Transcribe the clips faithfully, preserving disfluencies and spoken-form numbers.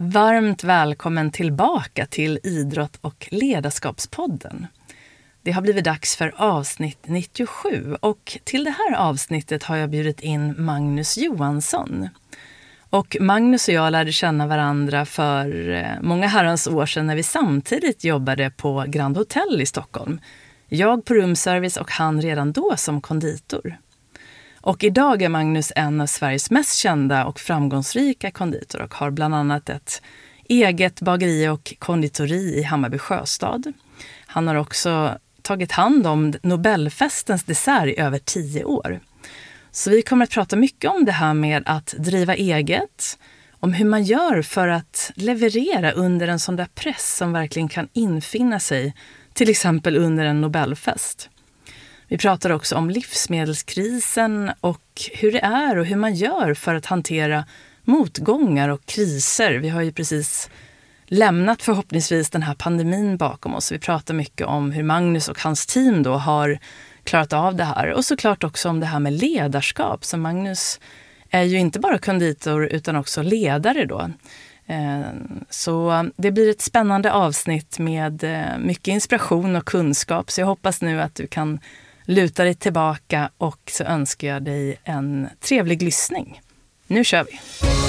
Varmt välkommen tillbaka till Idrott- och ledarskapspodden. Det har blivit dags för avsnitt nittiosju och till det här avsnittet har jag bjudit in Magnus Johansson. Och Magnus och jag lärde känna varandra för många herrans år sedan när vi samtidigt jobbade på Grand Hotel i Stockholm. Jag på rumservice och han redan då som konditor. Och idag är Magnus en av Sveriges mest kända och framgångsrika konditor och har bland annat ett eget bageri och konditori i Hammarby Sjöstad. Han har också tagit hand om Nobelfestens dessert i över tio år. Så vi kommer att prata mycket om det här med att driva eget, om hur man gör för att leverera under en sån där press som verkligen kan infinna sig, till exempel under en Nobelfest. Vi pratar också om livsmedelskrisen och hur det är och hur man gör för att hantera motgångar och kriser. Vi har ju precis lämnat förhoppningsvis den här pandemin bakom oss. Vi pratar mycket om hur Magnus och hans team då har klarat av det här. Och såklart också om det här med ledarskap. Så Magnus är ju inte bara konditor utan också ledare då. Så det blir ett spännande avsnitt med mycket inspiration och kunskap. Så jag hoppas nu att du kan luta dig tillbaka och så önskar jag dig en trevlig lyssning. Nu kör vi!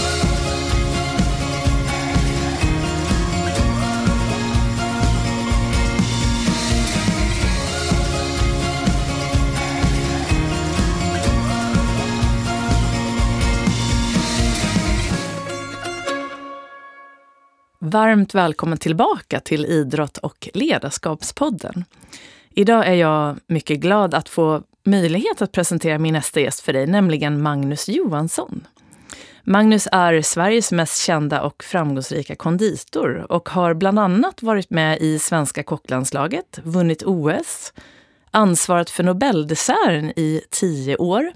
Varmt välkommen tillbaka till Idrott- och ledarskapspodden. Idag är jag mycket glad att få möjlighet att presentera min nästa gäst för dig, nämligen Magnus Johansson. Magnus är Sveriges mest kända och framgångsrika konditor och har bland annat varit med i svenska kocklandslaget, vunnit O S, ansvarat för Nobeldesserten i tio år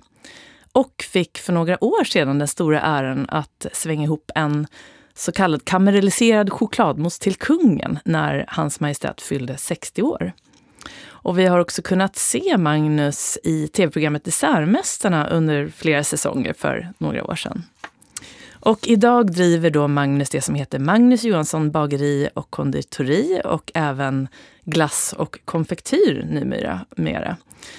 och fick för några år sedan den stora äran att svänga ihop en så kallad karameliserad chokladmousse till kungen när hans majestät fyllde sextio år. Och vi har också kunnat se Magnus i tv-programmet Dessertmästarna under flera säsonger för några år sedan. Och idag driver då Magnus det som heter Magnus Johansson bageri och konditori och även glass och konfektyr numera mera,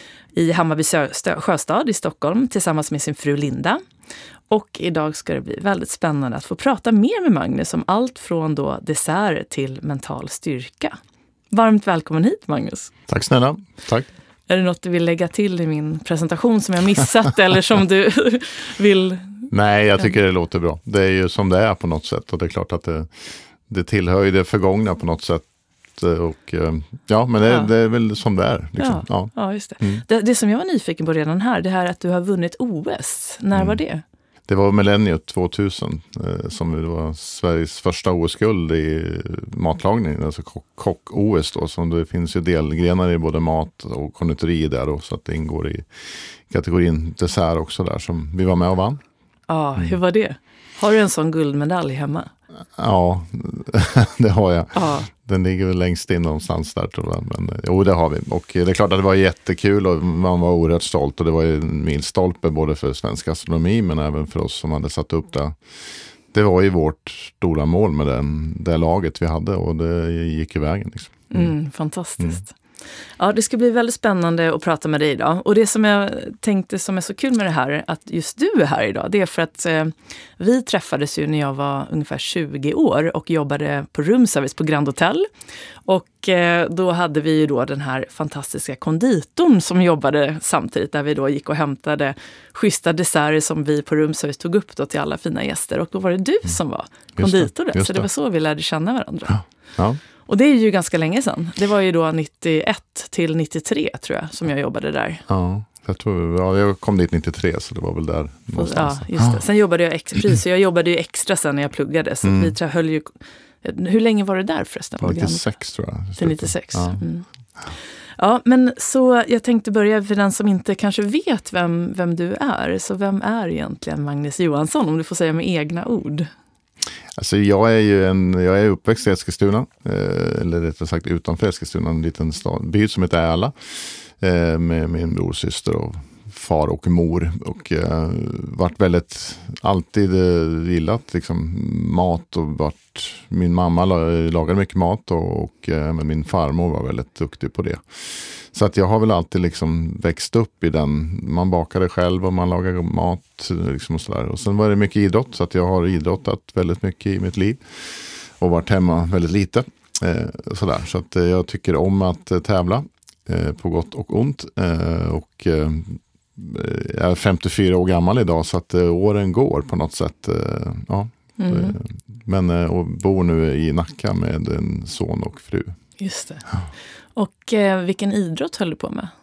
i Hammarby Sjöstad i Stockholm tillsammans med sin fru Linda. Och idag ska det bli väldigt spännande att få prata mer med Magnus om allt från då dessert till mental styrka. Varmt välkommen hit, Magnus. Tack snälla, tack. Är det något du vill lägga till i min presentation som jag missat eller som du vill? Nej, jag tycker det låter bra. Det är ju som det är på något sätt och det är klart att det, det tillhör ju det förgångna på något sätt. Och, ja, men det, ja. det är väl som det är. Liksom. Ja, ja. ja, just det. Mm. det. Det som jag var nyfiken på redan här, det här att du har vunnit O S. När mm. var det? Det var Millenniet tvåtusen eh, som var Sveriges första O S-guld i matlagning, alltså kock-O S då, som det finns ju delgrenar i både mat och konditori där då, så att det ingår i kategorin dessert också där som vi var med och vann. Ja, hur var det? Har du en sån guldmedalj hemma? Ja, det har jag. Ja. Den ligger väl längst in någonstans där tror jag. Men jo, det har vi. Och det är klart att det var jättekul och man var oerhört stolt. Och det var ju en milstolpe både för svensk astronomi men även för oss som hade satt upp det. Det var ju vårt stora mål med den, det laget vi hade och det gick i vägen. Liksom. Mm. Mm, fantastiskt. Mm. Ja, det ska bli väldigt spännande att prata med dig idag. Och det som jag tänkte som är så kul med det här, att just du är här idag, det är för att eh, vi träffades ju när jag var ungefär tjugo år och jobbade på roomservice på Grand Hotel. Och eh, då hade vi ju då den här fantastiska konditorn som jobbade samtidigt, där vi då gick och hämtade schyssta desserter som vi på roomservice tog upp då till alla fina gäster. Och då var det du som var konditor där, så det var så vi lärde känna varandra. Ja, ja. Och det är ju ganska länge sedan. Det var ju då nittioett till nittiotre tror jag som jag jobbade där. Ja, jag tror ja, jag kom dit nittiotre så det var väl där någonstans. Ja, just det. Sen jobbade jag extra, så jag jobbade ju extra sen när jag pluggade. Så mm. vi höll ju, hur länge var det där förresten? nittiosex tror jag. Till nittiosex. Ja. Mm. Ja, men så jag tänkte börja för den som inte kanske vet vem, vem du är. Så vem är egentligen Magnus Johansson, om du får säga med egna ord? Alltså jag är ju en, jag är uppväxt i Eskilstuna, eh, eller rättare sagt utanför Eskilstuna, en liten stad, by som heter Ärla, eh, med min bror, syster och far och mor och eh, varit väldigt alltid eh, gillat liksom, mat och varit, min mamma lagade mycket mat och, och eh, min farmor var väldigt duktig på det. Så att jag har väl alltid liksom växt upp i den, man bakade själv och man lagade mat liksom och sådär. Och sen var det mycket idrott, så att jag har idrottat väldigt mycket i mitt liv och varit hemma väldigt lite. Eh, sådär. Så att eh, jag tycker om att eh, tävla eh, på gott och ont eh, och eh, jag är femtiofyra år gammal idag, så att eh, åren går på något sätt. Eh, ja. Mm. Men eh, och bor nu i Nacka med en son och fru. Just det. Ja. Och eh, vilken idrott höll du på med?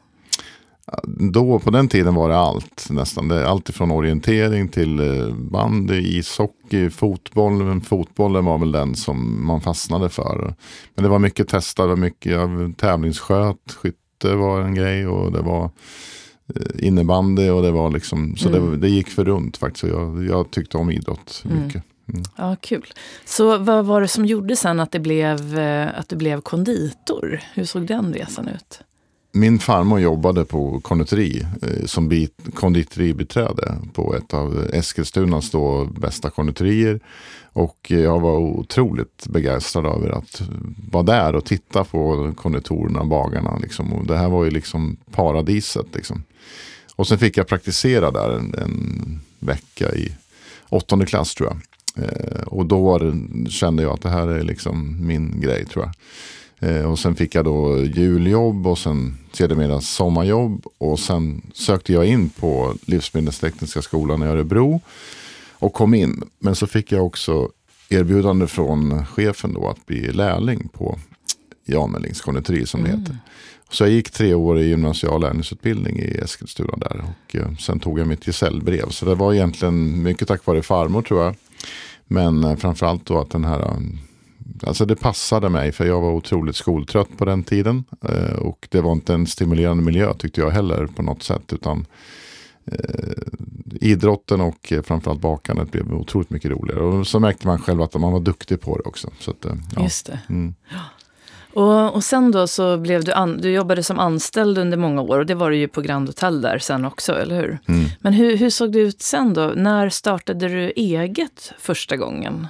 Då på den tiden var det allt nästan. Det, allt ifrån orientering till eh, bandy, ishockey, fotboll. Men fotbollen var väl den som man fastnade för. Men det var mycket testa, det var mycket ja, tävlingssköt, skytte var en grej och det var eh, innebandy och det var liksom, så mm. det, det gick för runt faktiskt. Jag, jag tyckte om idrott mycket. Mm. Mm. Ja, kul. Så vad var det som gjorde sen att det blev, att du blev konditor? Hur såg den resan ut? Min farmor jobbade på konditori eh, som bit, konditoribiträde på ett av Eskilstunas då bästa konditorier. Och jag var otroligt begeistrad över att vara där och titta på konditorerna, bagarna. Liksom. Och det här var ju liksom paradiset. Liksom. Och sen fick jag praktisera där en, en vecka i åttonde klass tror jag. Eh, och då var det, kände jag att det här är liksom min grej tror jag. Eh, och sen fick jag då juljobb och sen sedermera sommarjobb. Och sen sökte jag in på Livsmedelstekniska skolan i Örebro och kom in. Men så fick jag också erbjudande från chefen då att bli lärling på Janelings konditori som det mm. heter. Så jag gick tre år i gymnasial lärlingsutbildning i Eskilstuna där. Och eh, sen tog jag mitt gesällbrev. Så det var egentligen mycket tack vare farmor tror jag. Men eh, framförallt då att den här... Alltså det passade mig för jag var otroligt skoltrött på den tiden. Eh, och det var inte en stimulerande miljö tyckte jag heller på något sätt. Utan eh, idrotten och eh, framförallt bakandet blev otroligt mycket roligare. Och så märkte man själv att man var duktig på det också. Så att, eh, ja. Just det. Mm. Och, och sen då så blev du, an, du jobbade som anställd under många år och det var du ju på Grand Hotel där sen också, eller hur? Mm. Men hur, hur såg det ut sen då? När startade du eget första gången?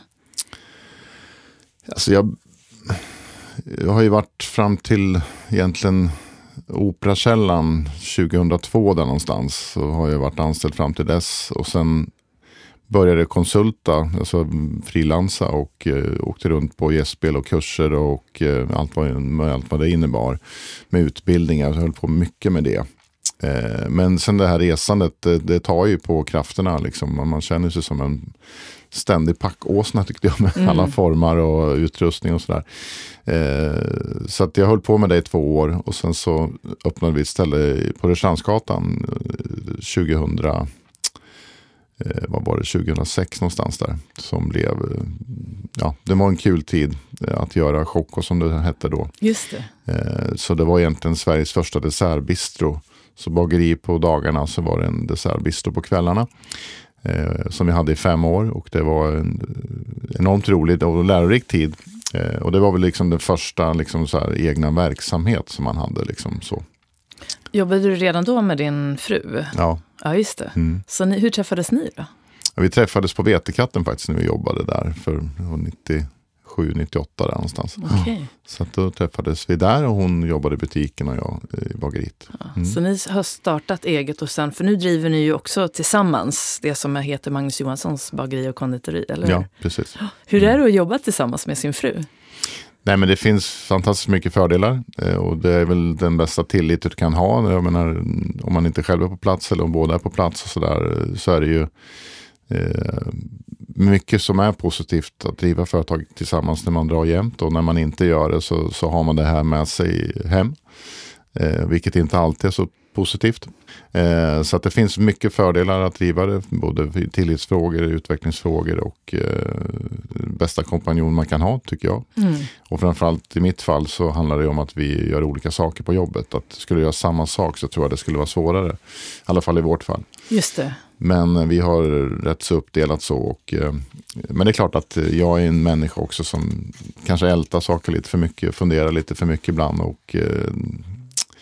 Alltså jag, jag har ju varit fram till egentligen Operakällan tjugohundratvå där någonstans. Så har jag varit anställd fram till dess och sen började konsulta, alltså frilansa och eh, åkte runt på gästspel och kurser och eh, allt, vad, allt vad det innebar med utbildningar. Jag höll på mycket med det. Eh, men sen det här resandet, det, det tar ju på krafterna liksom. Man känner sig som en ständig packåsna tyckte jag med mm. alla formar och utrustning och sådär. Eh, så att jag höll på med det i två år och sen så öppnade vi ett ställe på Rörstrandsgatan tjugohundra. Eh, vad var det, tjugohundrasex någonstans där som blev, ja det var en kul tid att göra Choco som det hette då. Just det. Eh, så det var egentligen Sveriges första dessertbistro. Så bageri på dagarna så var det en dessertbistro på kvällarna. Eh, som vi hade i fem år och det var en enormt rolig och lärorik tid. Eh, och det var väl liksom den första liksom så här, egna verksamhet som man hade liksom så. Jobbade du redan då med din fru? Ja. Ja, just det. Mm. Så ni, hur träffades ni då? Ja, vi träffades på Vetekatten faktiskt när vi jobbade där för nittiosju nittioåtta där någonstans. Okay. Så att då träffades vi där och hon jobbade i butiken och jag i bageriet. Ja, mm. Så ni har startat eget och sen, för nu driver ni ju också tillsammans det som heter Magnus Johanssons bageri och konditori, eller hur? Ja, precis. Hur är det att jobba tillsammans med sin fru? Nej, men det finns fantastiskt mycket fördelar och det är väl den bästa tillit du kan ha. Jag menar, om man inte själv är på plats eller om båda är på plats och så där, så är det ju eh, mycket som är positivt att driva företag tillsammans när man drar jämt och när man inte gör det så, så har man det här med sig hem, eh, vilket inte alltid är så positivt. Eh, så att det finns mycket fördelar att driva det, både tillitsfrågor, utvecklingsfrågor och eh, bästa kompanjon man kan ha tycker jag. Mm. Och framförallt i mitt fall så handlar det om att vi gör olika saker på jobbet. Att skulle jag göra samma sak så tror jag det skulle vara svårare. I alla fall i vårt fall. Just det. Men vi har rätt så uppdelat så. Och, eh, men det är klart att jag är en människa också som kanske ältar saker lite för mycket, funderar lite för mycket ibland och eh,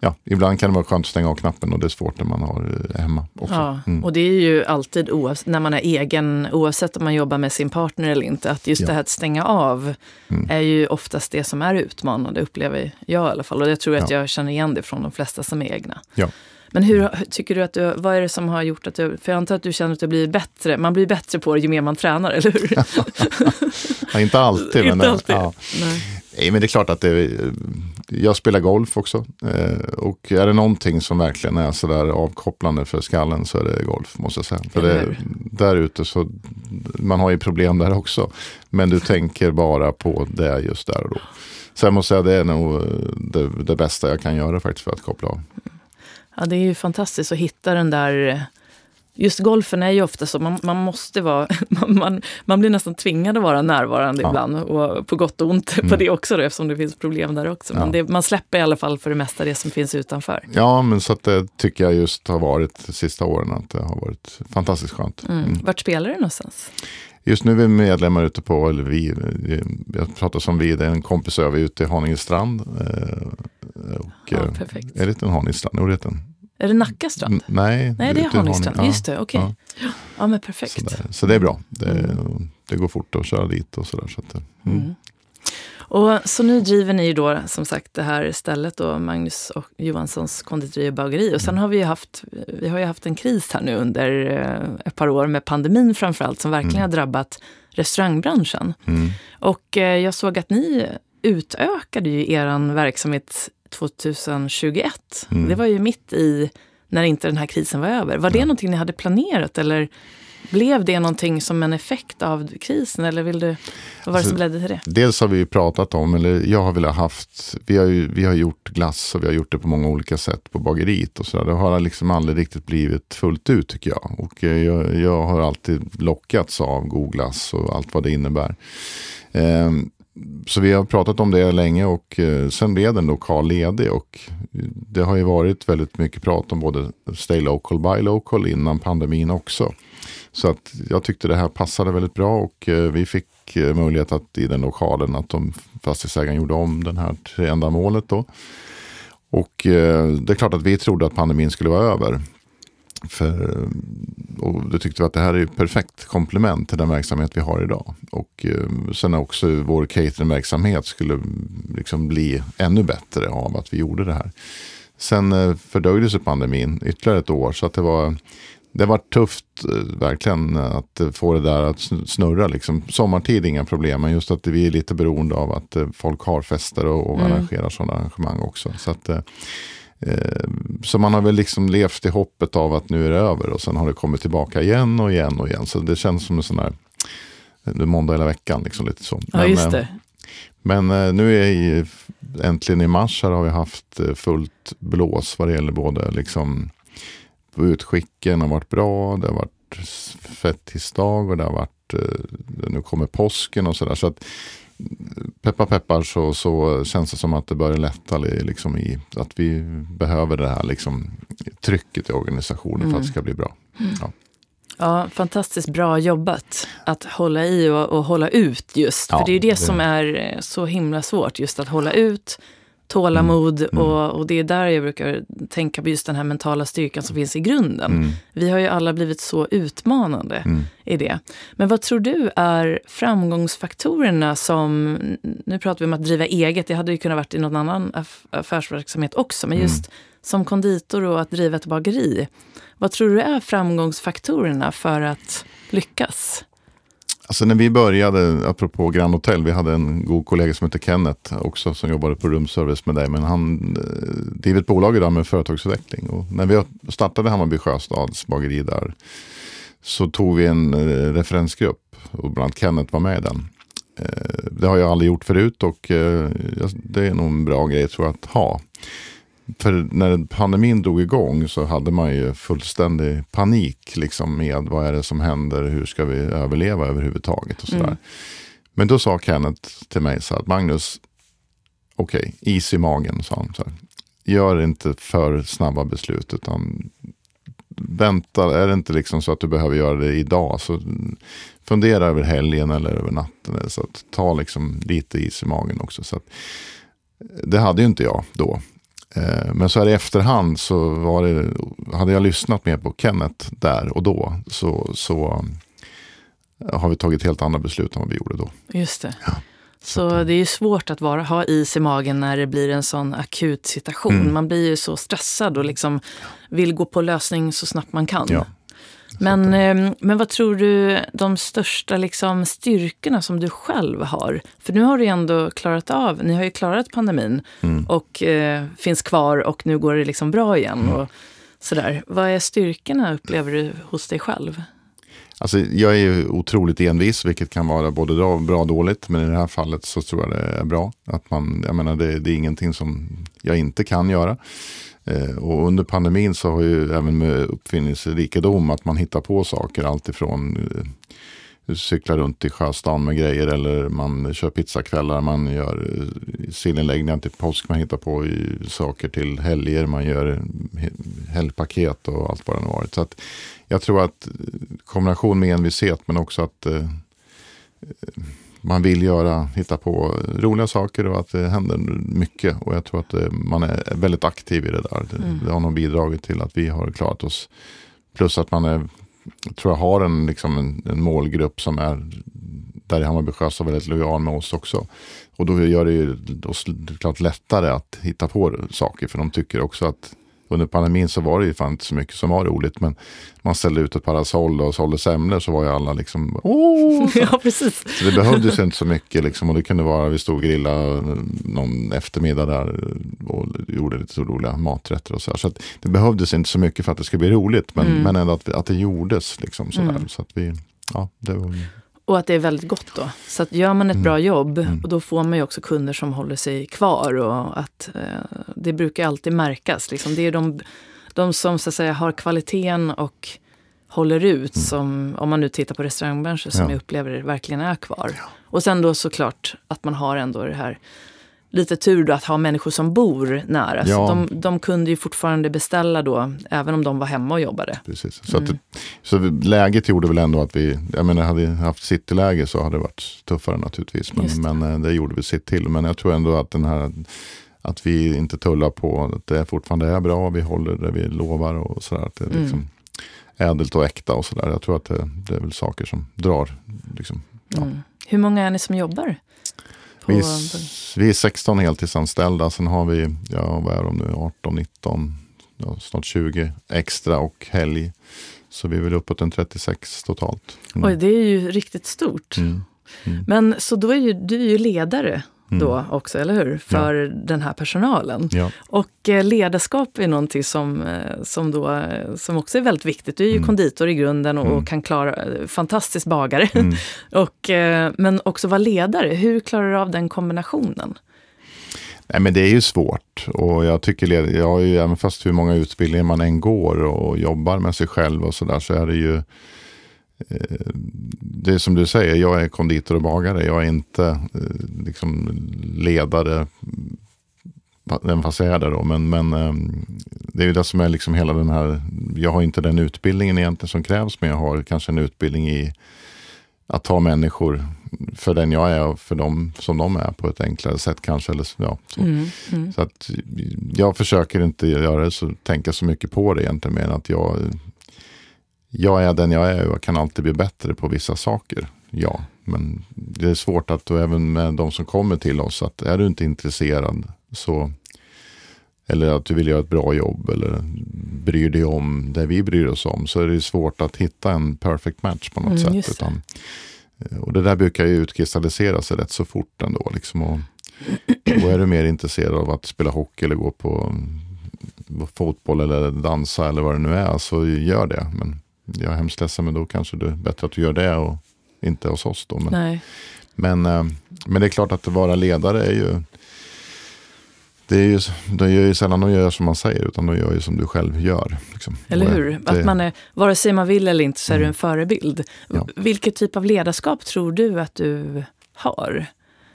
ja, ibland kan det vara skönt att stänga av knappen och det är svårt när man har hemma också. Ja, mm. och det är ju alltid oavsett, när man är egen, oavsett om man jobbar med sin partner eller inte, att just ja. det här att stänga av mm. är ju oftast det som är utmanande, upplever jag i alla fall. Och jag tror att ja. jag känner igen det från de flesta som är egna. Ja. Men hur tycker du att du, vad är det som har gjort att du, för jag antar att du känner att du blir bättre, man blir bättre på det ju mer man tränar, eller hur? ja, inte alltid. inte men, alltid. Ja. Nej. Nej, men det är klart att det, jag spelar golf också och är det någonting som verkligen är så där avkopplande för skallen så är det golf, måste jag säga. För det, där ute så, man har ju problem där också, men du tänker bara på det just där och då. Så jag måste säga att det är nog det, det bästa jag kan göra faktiskt för att koppla av. Ja, det är ju fantastiskt att hitta den där. Just golfen är ju ofta så, man, man måste vara, man, man blir nästan tvingad att vara närvarande ja. ibland, och på gott och ont mm. på det också då, eftersom det finns problem där också. Men ja. det, man släpper i alla fall för det mesta det som finns utanför. Ja, men så att det tycker jag just har varit de sista åren, att det har varit fantastiskt skönt. Mm. Mm. Vart spelar du någonstans? Just nu är vi medlemmar ute på, eller vi, jag pratar som vi, det är en kompis över ute i Haningestrand. Och, ja, perfekt. Är det en Haningestrand? Jo, det är den. Är det Nackastrand? Nej, Nej, det är Haningestrand. Ja, just det, okej. Okay. Ja. ja, men perfekt. Så, där, så det är bra. Det, mm. det går fort att köra dit och sådär. Så att, mm. Mm. Och så nu driver ni ju då som sagt det här stället då, Magnus och Johanssons konditori och bageri. Och sen har vi ju haft, vi har ju haft en kris här nu under ett par år med pandemin framförallt, som verkligen mm. har drabbat restaurangbranschen. Mm. Och jag såg att ni utökade ju eran verksamhet tjugohundratjugoett. Mm. Det var ju mitt i när inte den här krisen var över. Var det ja. någonting ni hade planerat, eller blev det någonting som en effekt av krisen, eller vill du, vad var det som ledde till det? Dels har vi ju pratat om, eller jag har velat haft, vi har ju vi har gjort glass och vi har gjort det på många olika sätt på bageriet och sådär. Det har liksom aldrig riktigt blivit fullt ut, tycker jag. Och jag, jag har alltid lockats av god glass och allt vad det innebär. Ehm, Så vi har pratat om det länge och eh, sen blev den lokal ledig, och det har ju varit väldigt mycket prat om både stay local, buy local innan pandemin också. Så att jag tyckte det här passade väldigt bra, och eh, vi fick eh, möjlighet att i den lokalen att de fastighetsägaren gjorde om den här till ändamålet då. Och eh, det är klart att vi trodde att pandemin skulle vara över. För, och det tyckte vi att det här är ett perfekt komplement till den verksamhet vi har idag. Och eh, sen också vår cateringverksamhet skulle liksom bli ännu bättre av att vi gjorde det här. Sen eh, fördröjde sig pandemin ytterligare ett år, så att det var, det var tufft eh, verkligen att få det där att snurra. Liksom. Sommartid inga problem, men just att vi är lite beroende av att eh, folk har fester och, och mm. arrangerar sådana arrangemang också. Så att eh, Så man har väl liksom levt i hoppet av att nu är det över, och sen har det kommit tillbaka igen och igen och igen. Så det känns som en sån här, det är måndag hela veckan liksom, lite så. Ja, just det. Men, men nu är i, äntligen i mars här har vi haft fullt blås vad det gäller både liksom utskicken har varit bra, det har varit fettisdag och det har varit, nu kommer påsken och sådär. Så att peppar peppar så, så känns det som att det börjar lätta liksom i att vi behöver det här liksom trycket i organisationen mm. för att det ska bli bra. Ja. Ja, fantastiskt bra jobbat att hålla i och, och hålla ut just. För ja, det är ju det, det som är så himla svårt, just att hålla ut, tålamod mm. Mm. Och, och det är där jag brukar tänka på just den här mentala styrkan som finns i grunden. Mm. Vi har ju alla blivit så utmanande mm. i det. Men vad tror du är framgångsfaktorerna som, nu pratar vi om att driva eget, det hade ju kunnat varit i någon annan aff- affärsverksamhet också, men just mm. som konditor och att driva ett bageri. Vad tror du är framgångsfaktorerna för att lyckas? Alltså när vi började, apropå Grand Hotel, vi hade en god kollega som heter Kenneth också som jobbade på rumservice med dig, men han eh, driver ett bolag idag med företagsutveckling, och när vi startade Hammarby Sjöstads bageri där så tog vi en eh, referensgrupp och bland annat Kenneth var med i den. Eh, det har jag aldrig gjort förut, och eh, det är nog en bra grej tror jag att ha. För när pandemin drog igång så hade man ju fullständig panik liksom med vad är det som händer, hur ska vi överleva överhuvudtaget och sådär. Mm. Men då sa Kenneth till mig så att Magnus, okej, okay, is i magen, sa han så här. Gör inte för snabba beslut, utan vänta, är det inte liksom så att du behöver göra det idag, så fundera över helgen eller över natten, så att ta liksom lite is i magen också. Så att, det hade ju inte jag då. Eh, men så här i efterhand så var det, hade jag lyssnat mer på Kenneth där och då så, så har vi tagit helt andra beslut än vad vi gjorde då. Just det. Ja. Så det är ju svårt att vara, ha is i magen när det blir en sån akut situation. Mm. Man blir ju så stressad och liksom vill gå på lösning så snabbt man kan. Ja. Men, men vad tror du de största liksom styrkorna som du själv har? För nu har du ändå klarat av, ni har ju klarat pandemin mm. och eh, finns kvar och nu går det liksom bra igen. Mm. Och sådär. Vad är styrkorna upplever du hos dig själv? Alltså, jag är ju otroligt envis, vilket kan vara både bra och dåligt. Men i det här fallet så tror jag det är bra. Att man, jag menar, det, det är ingenting som jag inte kan göra. Eh, och under pandemin så har ju även med uppfinningsrikedom att man hittar på saker. Alltifrån eh, cykla runt i Sjöstan med grejer eller man kör pizzakvällar. Man gör eh, sillinläggningar till påsk. Man hittar på i, saker till helger. Man gör helgpaket och allt vad det har varit. Så att jag tror att kombination med envishet men också att eh, man vill göra, hitta på roliga saker och att det händer mycket. Och jag tror att eh, man är väldigt aktiv i det där. Det, mm. det har nog bidragit till att vi har klarat oss. Plus att man är, tror jag har en, liksom en, en målgrupp som är där i Hammarby Sjöstad väldigt lojal med oss också. Och då gör det ju oss klart lättare att hitta på saker. För de tycker också att under pandemin så var det ju fan inte så mycket som var roligt. Men man ställde ut ett parasoll och sålde semlor så var ju alla liksom åh! Ja, precis. Så det behövdes inte så mycket liksom. Och det kunde vara, vi stod och grillade någon eftermiddag där och gjorde lite så roliga maträtter och så här. Så att det behövdes inte så mycket för att det skulle bli roligt. Men, mm. men ändå att, att det gjordes liksom sådär. Mm. Så att vi, ja, det var... Och att det är väldigt gott då. Så att gör man ett mm. bra jobb mm. och då får man ju också kunder som håller sig kvar. Och att eh, det brukar alltid märkas. Liksom. Det är de, de som så att säga har kvaliteten och håller ut. Mm. Som, om man nu tittar på restaurangbranschen som ja. jag upplever verkligen är kvar. Ja. Och sen då såklart att man har ändå det här lite tur då att ha människor som bor nära. Ja. Så de, de kunde ju fortfarande beställa då, även om de var hemma och jobbade. Precis. Så, mm. att, så läget gjorde väl ändå att vi, jag menar hade vi haft cityläge så hade det varit tuffare naturligtvis. Men det. men det gjorde vi sitt till. Men jag tror ändå att den här, att vi inte tullar på att det fortfarande är bra, vi håller det vi lovar och sådär. Att det är liksom mm. ädelt och äkta och sådär. Jag tror att det, det är väl saker som drar. Liksom, ja. mm. Hur många är ni som jobbar? Vi är, vi är sexton heltidsanställda. Sen har vi, ja vad är de nu, arton, nitton, ja, snart tjugo extra och helg. Så vi är väl uppåt en trettiosex totalt. Mm. Oj, det är ju riktigt stort. Mm. Mm. Men så då är ju du är ju ledare då mm. också, eller hur? För ja. den här personalen. Ja. Och eh, ledarskap är någonting som, eh, som, då, som också är väldigt viktigt. Du är ju mm. konditor i grunden och, mm. och kan klara, eh, fantastisk bagare. Mm. och, eh, men också vara ledare. Hur klarar du av den kombinationen? Nej, men det är ju svårt. Och jag tycker, jag har ju, även fast hur många utbildningar man än går och jobbar med sig själv och sådär, så är det ju det är som du säger, jag är konditor och bagare. Jag är inte liksom ledare, även fast jag är det då. Men, men det är ju det som är liksom hela den här, jag har inte den utbildningen egentligen som krävs, men jag har kanske en utbildning i att ta människor för den jag är och för dem som de är på ett enklare sätt kanske. Eller, ja, så. Mm, mm. så att jag försöker inte göra det, så tänka så mycket på det egentligen, men att jag Jag är den jag är och jag kan alltid bli bättre på vissa saker. Ja, men det är svårt att, och även med de som kommer till oss, att är du inte intresserad så, eller att du vill göra ett bra jobb eller bryr dig om det vi bryr oss om, så är det svårt att hitta en perfect match på något mm, sätt. Utan, och det där brukar ju utkristallisera sig rätt så fort ändå. Liksom, och, och är du mer intresserad av att spela hockey eller gå på, på fotboll eller dansa eller vad det nu är, så gör det. Men jag är hemskt ledsen, men då kanske det är bättre att du gör det och inte hos oss då. Men, Nej. men, men det är klart att vara ledare är ju, det är ju, de gör ju sällan de gör som man säger, utan de gör ju som du själv gör. Liksom. Eller hur? Det, att man är, vare sig man vill eller inte, så är mm. du en förebild. Ja. Vilket typ av ledarskap tror du att du har?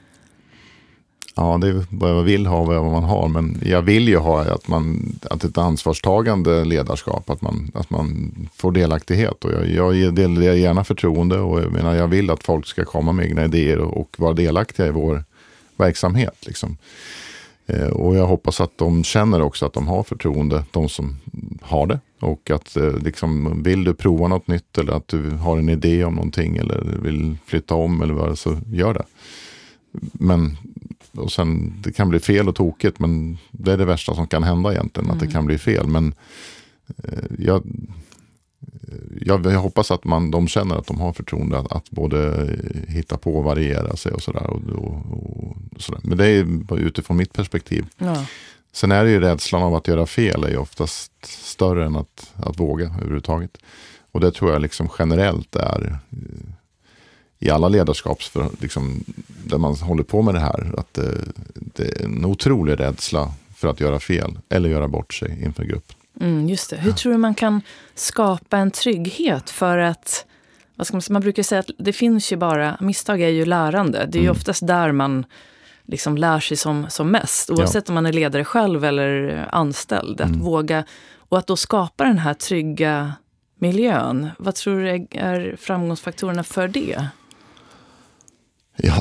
Ja, det är vad jag vill ha och vad man har. Men jag vill ju ha att man, att ett ansvarstagande ledarskap, att man, att man får delaktighet. Och jag, jag ger gärna förtroende, och jag menar, jag vill att folk ska komma med egna idéer och, och vara delaktiga i vår verksamhet. Liksom. Eh, och jag hoppas att de känner också att de har förtroende, de som har det. Och att eh, liksom, vill du prova något nytt eller att du har en idé om någonting eller vill flytta om eller vad, så gör det. Men och sen, det kan bli fel och tokigt, men det är det värsta som kan hända egentligen, mm. att det kan bli fel. Men eh, jag, jag, jag hoppas att man, de känner att de har förtroende att, att både hitta på och variera sig och sådär. Och, och, och sådär. Men det är utifrån mitt perspektiv. Ja. Sen är det ju rädslan av att göra fel är ju oftast större än att, att våga överhuvudtaget. Och det tror jag liksom generellt är i alla ledarskaps för, liksom, där man håller på med det här, att det, det är en otrolig rädsla för att göra fel eller göra bort sig inför gruppen. Mm, just det. Hur tror du man kan skapa en trygghet för att, vad ska man säga, man brukar säga att det finns ju bara, misstag är ju lärande. Det är ju mm. oftast där man liksom lär sig som, som mest, oavsett ja. om man är ledare själv eller anställd. Att mm. våga, och att då skapa den här trygga miljön. Vad tror du är framgångsfaktorerna för det? Ja,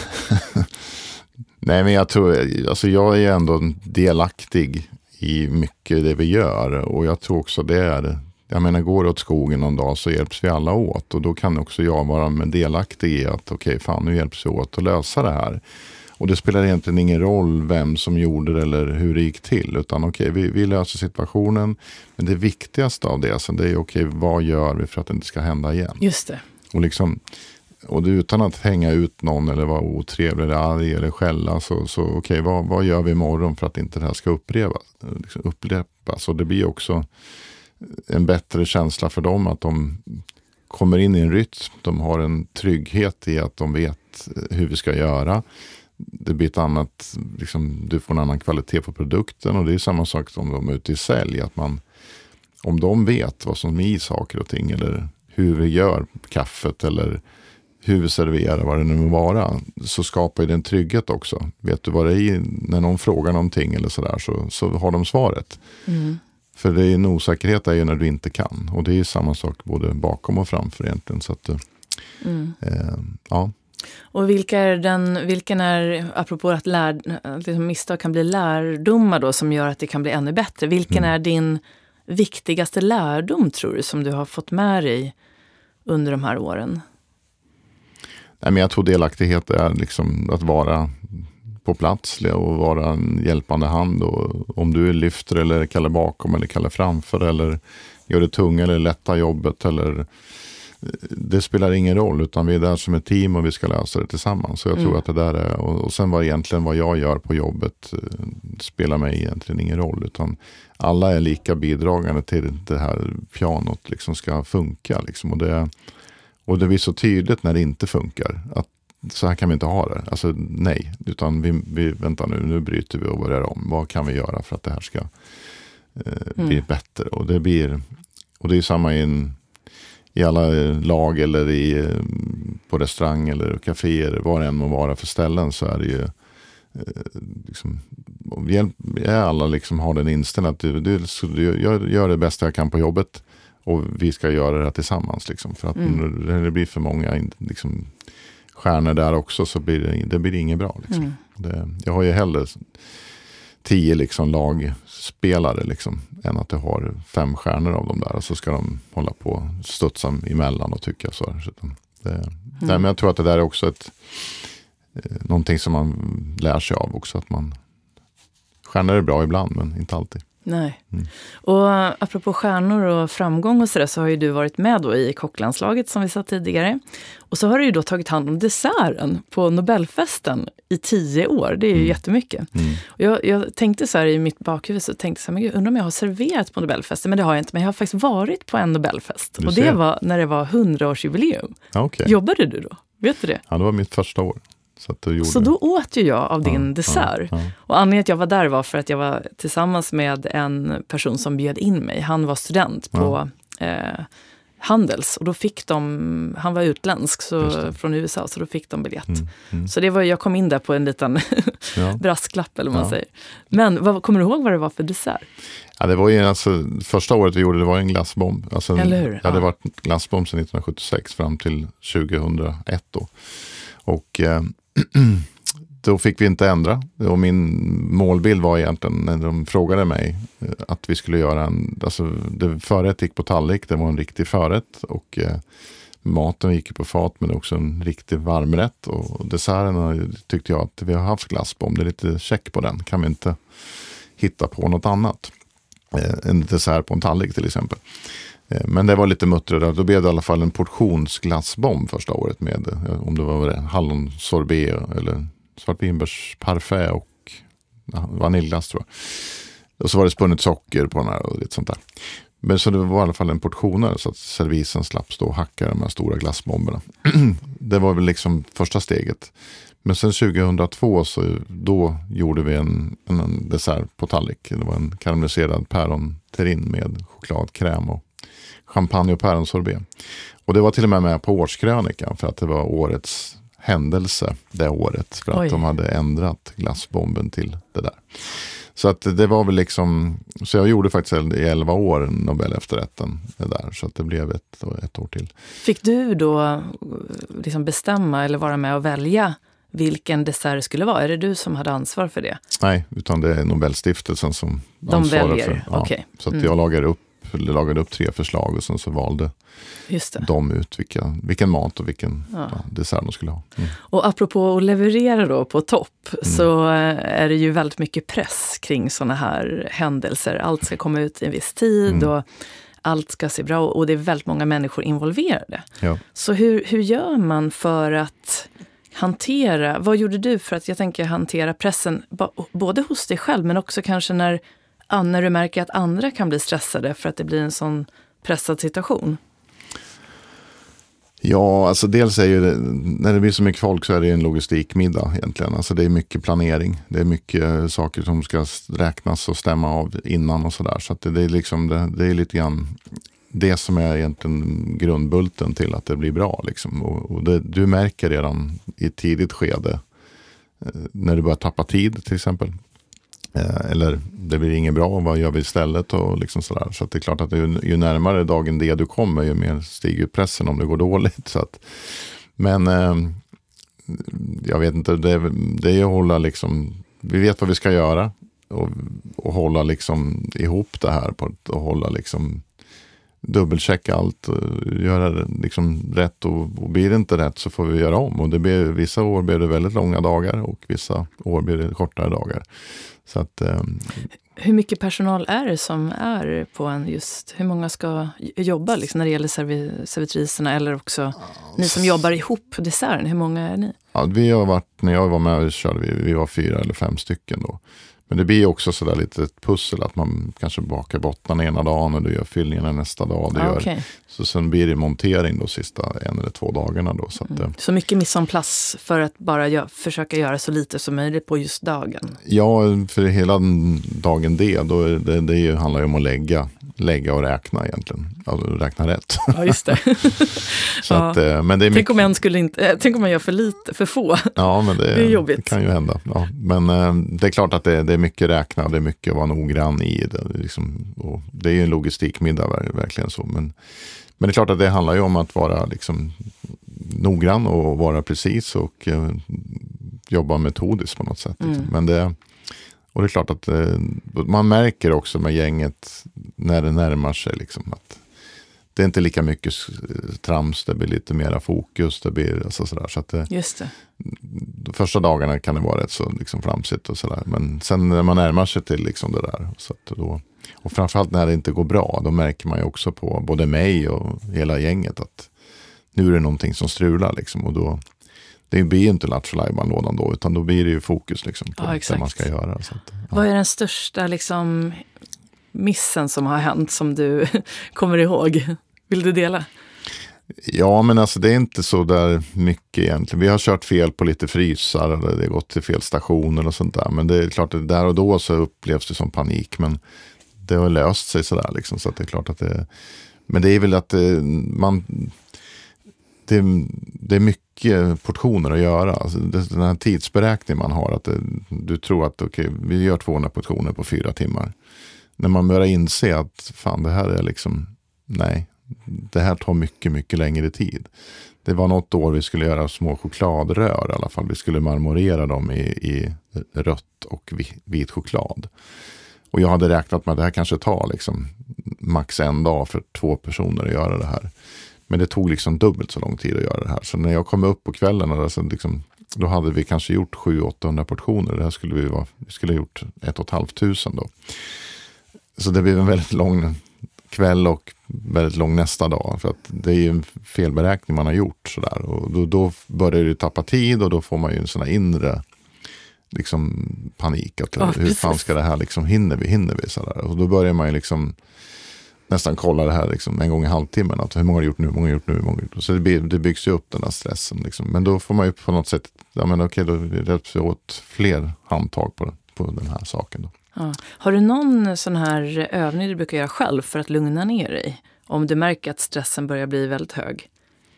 nej men jag tror, alltså jag är ändå delaktig i mycket det vi gör och jag tror också det är, jag menar går det åt skogen någon dag så hjälps vi alla åt och då kan också jag vara med delaktig i att okej okay, fan nu hjälps vi åt att lösa det här. Och det spelar egentligen ingen roll vem som gjorde det eller hur det gick till, utan okej okay, vi, vi löser situationen, men det viktigaste av det, så det är okej okay, vad gör vi för att det inte ska hända igen? Just det. Och liksom och det, utan att hänga ut någon eller vara otrevlig eller arg eller skälla så, så okej, okay, vad, vad gör vi imorgon för att inte det här ska upprepas? Liksom upprepas. Och det blir också en bättre känsla för dem att de kommer in i en rytm. De har en trygghet i att de vet hur vi ska göra. Det blir ett annat, liksom, du får en annan kvalitet på produkten och det är samma sak som de är ute i sälj. Att man, om de vet vad som är i saker och ting eller hur vi gör kaffet eller hur vi serverar, vad det nu må vara, så skapar det en trygghet också. Vet du vad det är när någon frågar någonting eller sådär så, så har de svaret. Mm. För det är en osäkerhet är ju när du inte kan. Och det är ju samma sak både bakom och framför egentligen. Så att, mm. eh, ja. Och vilka är den, vilken är, apropå att lär, liksom misstag kan bli lärdomar då som gör att det kan bli ännu bättre. Vilken mm. är din viktigaste lärdom tror du som du har fått med dig under de här åren? Nej, men jag tror delaktighet är liksom att vara på plats och vara en hjälpande hand. Och om du lyfter eller kallar bakom eller kallar framför eller gör det tunga eller lätta jobbet eller det spelar ingen roll utan vi är där som ett team och vi ska lösa det tillsammans. Så jag tror mm. att det där är, och, och sen vad egentligen vad jag gör på jobbet spelar mig egentligen ingen roll utan alla är lika bidragande till det här pianot liksom ska funka liksom. Och det Och det blir så tydligt när det inte funkar. Att så här kan vi inte ha det. Alltså nej. Utan vi, vi vänta nu, nu bryter vi och börjar om. Vad kan vi göra för att det här ska eh, bli mm. bättre? Och det blir, och det är samma i, en, i alla lag eller i, på restaurang eller kaféer. Var det än må vara för ställen så är det ju eh, liksom, hjälp, alla liksom har den inställningen att du, du, du gör, gör det bästa jag kan på jobbet. Och vi ska göra det här tillsammans. Liksom, för att mm. när det blir för många liksom, stjärnor där också så blir det, det blir inget bra. Liksom. Mm. Det, jag har ju hellre tio liksom, lagspelare liksom, än att jag har fem stjärnor av dem där. Och så ska de hålla på och studsa emellan och tycka så. så det, mm. nej, men jag tror att det där är också ett, eh, någonting som man lär sig av också. Att man, stjärnor är bra ibland men inte alltid. Nej. Mm. Och apropå stjärnor och framgång och sådär så har ju du varit med då i kocklandslaget som vi sa tidigare. Och så har du ju då tagit hand om desserten på Nobelfesten i tio år. Det är ju mm. jättemycket. Mm. Och jag, jag tänkte så här i mitt bakhuvud så tänkte så här, men gud, undrar om jag har serverat på Nobelfesten. Men det har jag inte. Men jag har faktiskt varit på en Nobelfest. Och det var när det var hundraårsjubileum. Okay. Jobbade du då? Vet du det? Ja, det var mitt första år. Så, att du gjorde så då åt ju jag av din ja, dessert. Ja, ja. Och anledningen att jag var där var för att jag var tillsammans med en person som bjöd in mig. Han var student på ja. eh, Handels. Och då fick de, han var utländsk så, från U S A, så då fick de biljett. Mm, mm. Så det var, jag kom in där på en liten ja. brasklapp eller vad man ja. säger. Men vad, kommer du ihåg vad det var för dessert? Ja, det var ju alltså, första året vi gjorde det var en glassbomb. Alltså, eller hur? Ja, det var en glassbomb sedan nittonhundrasjuttiosex fram till tjugohundraett då. Och eh, då fick vi inte ändra. Och min målbild var egentligen när de frågade mig att vi skulle göra en, alltså det förrätt gick på tallrik, det var en riktig förrätt och eh, maten gick på fat men också en riktig varmrätt och desserterna tyckte jag att vi har haft glassbomb, det är lite check på den, kan vi inte hitta på något annat. Eh, en dessert på en tallrik till exempel. Eh, men det var lite muttrare, då blev det i alla fall en portionsglassbomb första året med, om det var det, hallonsorbet eller svartvinbärsparfait och ja, vaniljglass tror jag. Och så var det spunnet socker på den här och lite sånt där. Men så det var i alla fall en portioner så att servisen slapp stå och hacka de här stora glassbomberna. Det var väl liksom första steget. Men sen tjugohundratvå så då gjorde vi en, en dessert på tallrik. Det var en karamelliserad päronterrin med chokladkräm och champagne och päronsorbet. Och det var till och med med på årskrönikan för att det var årets händelse det året. För att Oj. de hade ändrat glassbomben till det där. Så att det var väl liksom, så jag gjorde faktiskt i elva år Nobel efterrätten det där, så att det blev ett, ett år till. Fick du då liksom bestämma eller vara med och välja vilken dessert det skulle vara? Är det du som hade ansvar för det? Nej, utan det är Nobelstiftelsen som De ansvarar väljer. för ja, okay. Så att mm. jag lagade upp, lagade upp tre förslag och sen så valde Just det. de ut vilka, vilken mat och vilken ja. Ja, dessert de skulle ha. Mm. Och apropå att leverera då på topp mm. så är det ju väldigt mycket press kring såna här händelser. Allt ska komma ut i en viss tid mm. och allt ska se bra och det är väldigt många människor involverade. Ja. Så hur, hur gör man för att hantera, vad gjorde du för att jag tänker hantera pressen både hos dig själv men också kanske när, när du märker att andra kan bli stressade för att det blir en sån pressad situation? Ja, alltså dels är ju det, när det blir så mycket folk så är det en logistikmiddag egentligen. Alltså det är mycket planering. Det är mycket saker som ska räknas och stämma av innan och sådär. Så att det, det är liksom, det, det är lite grann det som är egentligen grundbulten till att det blir bra liksom. Och, och det, du märker redan i ett tidigt skede när du börjar tappa tid till exempel. Eller det blir inget bra, vad gör vi istället och liksom sådär. Så att det är klart att ju, ju närmare dagen det du kommer ju mer stiger pressen om det går dåligt. Så att, men eh, jag vet inte, det, det är att hålla liksom, vi vet vad vi ska göra och, och hålla liksom ihop det här på, och hålla liksom dubbelchecka allt, göra det liksom rätt och, och blir det inte rätt så får vi göra om. Och det blir, vissa år blir det väldigt långa dagar och vissa år blir det kortare dagar. Så att, um, hur mycket personal är det som är på en just, hur många ska jobba liksom, när det gäller serv- servitriserna eller också uh, ni som jobbar ihop desserten, hur många är ni? Ja, vi har varit, när jag var med körde vi, vi var fyra eller fem stycken då. Men det blir också sådär lite ett pussel att man kanske bakar bottnarna ena dagen och du gör fyllningarna nästa dag. Det ah, gör. Okay. Så sen blir det montering då sista en eller två dagarna då. Så, att, mm. så mycket mise en place för att bara gö- försöka göra så lite som möjligt på just dagen? Ja, för hela dagen det, då är det, det är, handlar ju om att lägga, lägga och räkna egentligen. Alltså räkna rätt. Ja, just det. så ja. att, men det är tänk, mycket... om en skulle inte, äh, tänk om man gör för lite, för få. Ja, men det, det är jobbigt. Det kan ju hända. Ja. Men äh, det är klart att det, det är mycket räkna, det är mycket att vara noggrann i det. Liksom, och det är ju en logistikmiddag verkligen så. Men, men det är klart att det handlar ju om att vara liksom, noggrann och vara precis och äh, jobba metodiskt på något sätt. Liksom. Mm. Men det, och det är klart att äh, man märker också med gänget när det närmar sig liksom, att det är inte lika mycket trams, det blir lite mera fokus, det blir alltså sådär. Så att det, just det. De första dagarna kan det vara rätt så liksom framsitt och sådär. Men sen när man närmar sig till liksom det där. Så att då, och framförallt när det inte går bra, då märker man ju också på både mig och hela gänget att nu är det någonting som strular liksom. Och då, det blir ju inte Lattjo Lajban-lådan då, utan då blir det ju fokus liksom på ja, det man ska göra. Så att, ja. Vad är den största liksom missen som har hänt som du kommer ihåg? Vill du dela? Ja, men alltså det är inte så där mycket egentligen. Vi har kört fel på lite frysar eller det har gått till fel stationer och sånt där. Men det är klart att där och då så upplevs det som panik. Men det har löst sig sådär liksom. Så att det är klart att det... Men det är väl att det, man... Det, det är mycket portioner att göra. Alltså det, den här tidsberäkningen man har. Att det, du tror att okej, okay, vi gör tvåhundra portioner på fyra timmar. När man börjar inse att fan det här är liksom... Nej, det här tar mycket, mycket längre tid. Det var något år vi skulle göra små chokladrör i alla fall. Vi skulle marmorera dem i, i rött och vit choklad. Och jag hade räknat med att det här kanske tar liksom max en dag för två personer att göra det här. Men det tog liksom dubbelt så lång tid att göra det här. Så när jag kom upp på kvällen, alltså liksom, då hade vi kanske gjort sju till åttahundra portioner. Det här skulle vi, vara, vi skulle ha gjort ett och ett halvt tusen då. Så det blev en väldigt lång kväll och väldigt lång nästa dag. För att det är ju en felberäkning man har gjort. Sådär. Och då, då börjar det tappa tid och då får man ju en sån här inre liksom, panik. Att, oh, hur fan ska det här liksom, hinner vi, hinner vi? Sådär. Och då börjar man ju liksom nästan kolla det här liksom, en gång i halvtimmen. Att hur många har gjort nu, hur många har gjort nu, hur många har gjort. Så det, det byggs ju upp den där stressen. Liksom. Men då får man ju på något sätt, ja men okej, då hjälps vi åt fler handtag på, på den här saken då. Ja. Har du någon sån här övning du brukar göra själv för att lugna ner dig? Om du märker att stressen börjar bli väldigt hög.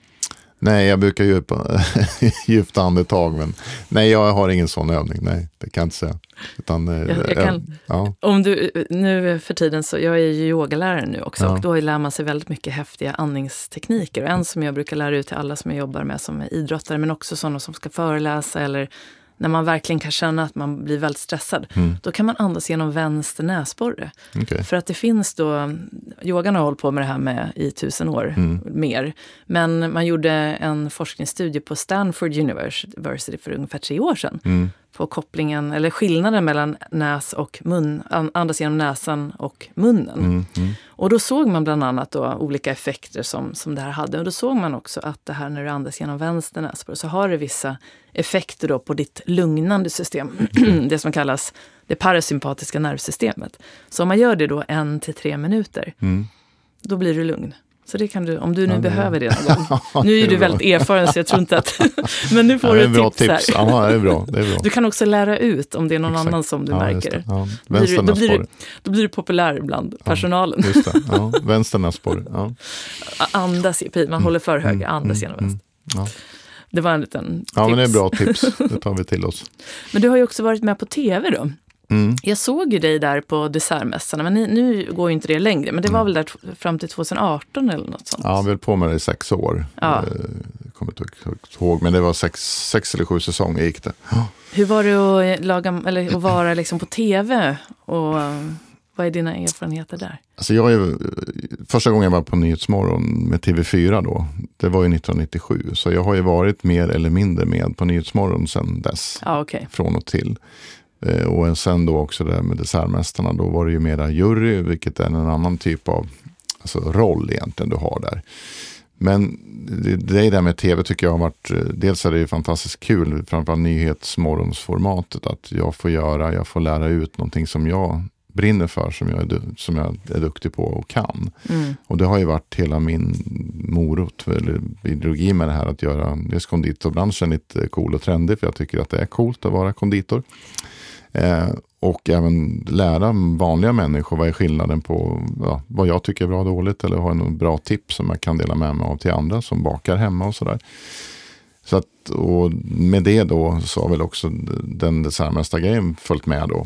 Nej, jag brukar djupa, djupt andetag. Men nej, jag har ingen sån övning. Nej, det kan jag inte säga. Utan, jag, jag kan, ja. Om du, nu för tiden så, jag är ju yogalärare nu också. Ja. Och då lär man sig väldigt mycket häftiga andningstekniker. Och en som jag brukar lära ut till alla som jag jobbar med som är idrottare. Men också sådana som ska föreläsa eller när man verkligen kan känna att man blir väldigt stressad. Mm. Då kan man andas genom vänster näsborre. Okay. För att det finns då, yogan har hållit på med det här med i tusen år mm. mer. Men man gjorde en forskningsstudie på Stanford University för ungefär tre år sedan. Mm. På kopplingen, eller skillnaden mellan näs och mun, andas genom näsan och munnen. Mm. Mm. Och då såg man bland annat då olika effekter som, som det här hade. Och då såg man också att det här när du andas genom vänster näsborre så har det vissa effekter då på ditt lugnande system. Det som kallas det parasympatiska nervsystemet. Så om man gör det då en till tre minuter, mm. då blir du lugn. Så det kan du, om du nu ja, behöver det någon gång. Nu är, är du bra. Väldigt erfaren så jag tror inte att... Men nu får ja, du ett tips, tips här. Ja, det är bra. Det är bra. Du kan också lära ut om det är någon Exakt. Annan som du ja, märker. Ja. Då, blir du, då, blir du, då blir du populär bland personalen. Ja, just det. Ja, vänsternäsborre. Ja. Andas, man mm. håller för höga, andas mm. genom vänster. Mm. Ja. Det var en liten tips. Ja, men det är bra tips. Det tar vi till oss. Men du har ju också varit med på tv då. Mm. Jag såg ju dig där på Dessertmästarna, men nu går ju inte det längre. Men det var mm. väl där t- fram till tjugoarton eller något sånt? Ja, vi höll på med det i sex år. Ja. Jag kommer inte ihåg, men det var sex, sex eller sju säsonger gick det. Ja. Hur var det att, laga, eller att vara liksom på tv och vad är dina erfarenheter där? Alltså jag är, första gången jag var på Nyhetsmorgon med T V fyra då, det var ju nittonhundranittiosju. Så jag har ju varit mer eller mindre med på Nyhetsmorgon sedan dess. Ja, okay. Från och till. Och sen då också det med Dessertmästarna, då var det ju mera jury, vilket är en annan typ av alltså, roll egentligen du har där. Men det, det där med tv tycker jag har varit, dels är det ju fantastiskt kul, framförallt Nyhetsmorgonsformatet, att jag får göra, jag får lära ut någonting som jag brinner för, som jag är, som jag är duktig på och kan. Mm. Och det har ju varit hela min morot, eller ideologi med det här att göra dels konditorbranschen lite cool och trendig, för jag tycker att det är coolt att vara konditor. Eh, och även lära vanliga människor vad är skillnaden på ja, vad jag tycker är bra och dåligt, eller ha en bra tips som jag kan dela med mig av till andra som bakar hemma och sådär. Så att, och med det då så har väl också den Dessertmästargrejen följt med då.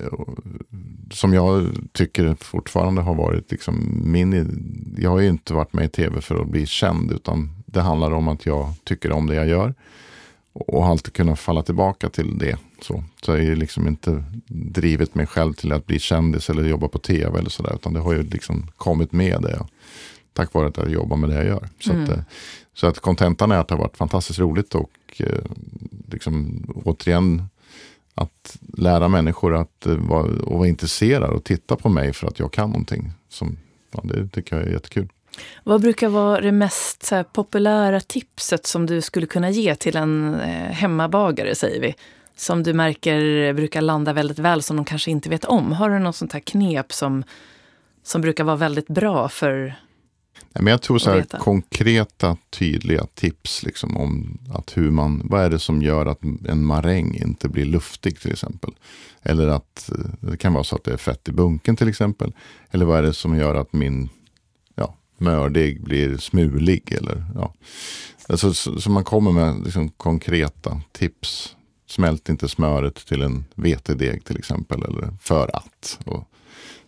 Som jag tycker fortfarande har varit liksom min, jag har ju inte varit med i tv för att bli känd, utan det handlar om att jag tycker om det jag gör och har alltid kunnat falla tillbaka till det. Så, så jag är liksom inte drivit mig själv till att bli kändis eller jobba på tv eller sådär, utan det har ju liksom kommit med det tack vare att jag jobbar med det jag gör. Så mm. att, så att kontentan är att det har varit fantastiskt roligt och eh, liksom återigen att lära människor att eh, vara, och vara intresserade och titta på mig för att jag kan någonting. Som, ja, det tycker jag är jättekul. Vad brukar vara det mest så här, populära tipset som du skulle kunna ge till en eh, hemmabagare, säger vi? Som du märker brukar landa väldigt väl, som de kanske inte vet om. Har du något sånt här knep som, som brukar vara väldigt bra för... Men jag tror så här konkreta, tydliga tips liksom om att hur man, vad är det som gör att en maräng inte blir luftig till exempel. Eller att det kan vara så att det är fett i bunken till exempel. Eller vad är det som gör att min ja, mördeg blir smulig eller ja. Alltså, så, så man kommer med liksom konkreta tips. Smält inte smöret till en vetedeg till exempel, eller för att. Och, så att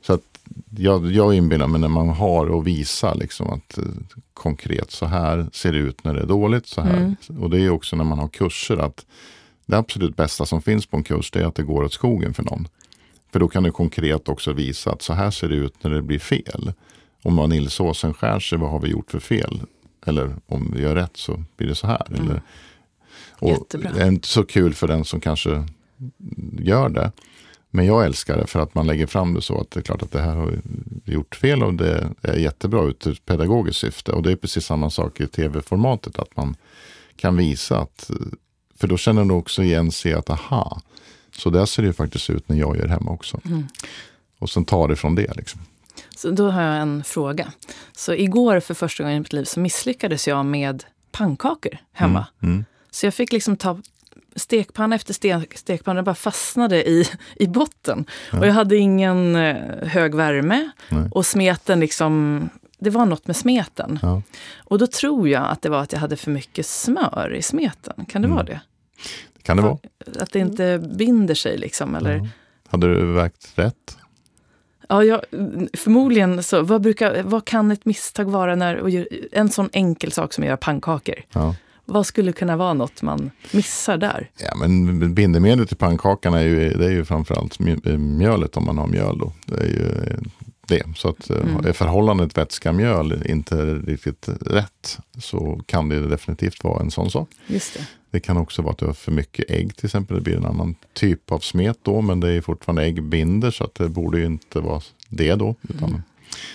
jag, jag inbillar mig när man har och visar liksom att eh, konkret så här ser det ut när det är dåligt. Så här. Mm. Och det är också när man har kurser att det absolut bästa som finns på en kurs det är att det går åt skogen för någon. För då kan du konkret också visa att så här ser det ut när det blir fel. Om vaniljsåsen skär sig, vad har vi gjort för fel? Eller om vi gör rätt så blir det så här. Mm. Eller, och det är inte så kul för den som kanske gör det. Men jag älskar det för att man lägger fram det så att det är klart att det här har vi gjort fel och det är jättebra ut ur pedagogiskt syfte. Och det är precis samma sak i tv-formatet att man kan visa att, för då känner du också igen sig att aha, så där ser det ju faktiskt ut när jag gör hemma också. Mm. Och sen tar det från det liksom. Så då har jag en fråga. Så igår för första gången i mitt liv så misslyckades jag med pannkakor hemma. Mm. Mm. Så jag fick liksom ta stekpanna efter stek, stekpanna bara fastnade i, i botten. Ja. Och jag hade ingen hög värme. Nej. Och smeten liksom, det var något med smeten. Ja. Och då tror jag att det var att jag hade för mycket smör i smeten. Kan det mm. vara det? Kan det vara? Att det inte binder sig liksom, eller? Ja. Hade du vägt rätt? Ja, jag, förmodligen så. Vad, brukar, vad kan ett misstag vara när en sån enkel sak som att göra pannkakor? Ja. Vad skulle kunna vara något man missar där? Ja, men bindemedlet till pannkakorna är ju, det är ju framförallt mjölet om man har mjöl då. Det är ju det. Så att mm. är förhållandet vätska-mjöl inte riktigt rätt så kan det definitivt vara en sån sak. Just det. Det kan också vara att du har för mycket ägg till exempel. Det blir en annan typ av smet då, men det är fortfarande äggbinder så att det borde ju inte vara det då. Utan, mm.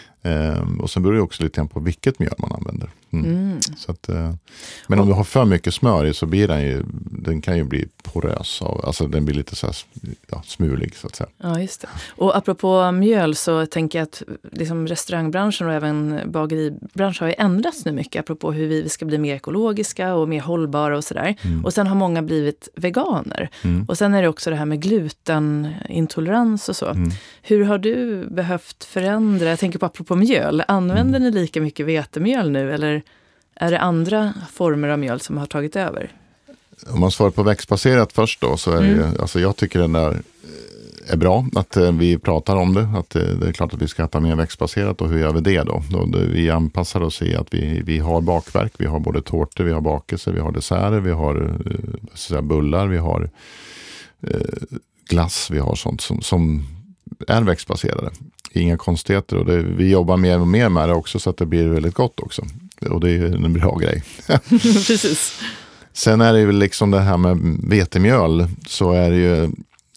Um, och sen beror det också lite grann på vilket mjöl man använder. Mm. Mm. Så att, uh, men och, om du har för mycket smör i så blir den ju, den kan ju bli porös. Av, alltså den blir lite så här, ja, smulig så att säga. Ja, just det. Och apropå mjöl så tänker jag att liksom restaurangbranschen och även bageribranschen har ju ändrats nu mycket apropå hur vi ska bli mer ekologiska och mer hållbara och sådär. Mm. Och sen har många blivit veganer. Mm. Och sen är det också det här med glutenintolerans och så. Mm. Hur har du behövt förändra? Jag tänker på apropå mjöl. Använder mm. ni lika mycket vetemjöl nu eller är det andra former av mjöl som har tagit över? Om man svarar på växtbaserat först då så är mm. det, alltså jag tycker den där är bra att vi pratar om det. Att det är klart att vi ska äta mer växtbaserat och hur gör vi det då? då vi anpassar oss i att vi, vi har bakverk, vi har både tårtor, vi har bakelser, vi har desserter, vi har så säga, bullar, vi har eh, glass, vi har sånt som, som är växtbaserade. Inga konstigheter och det, vi jobbar mer och mer med det också så att det blir väldigt gott också. Och det är ju en bra grej. Precis. Sen är det ju liksom det här med vetemjöl så är det ju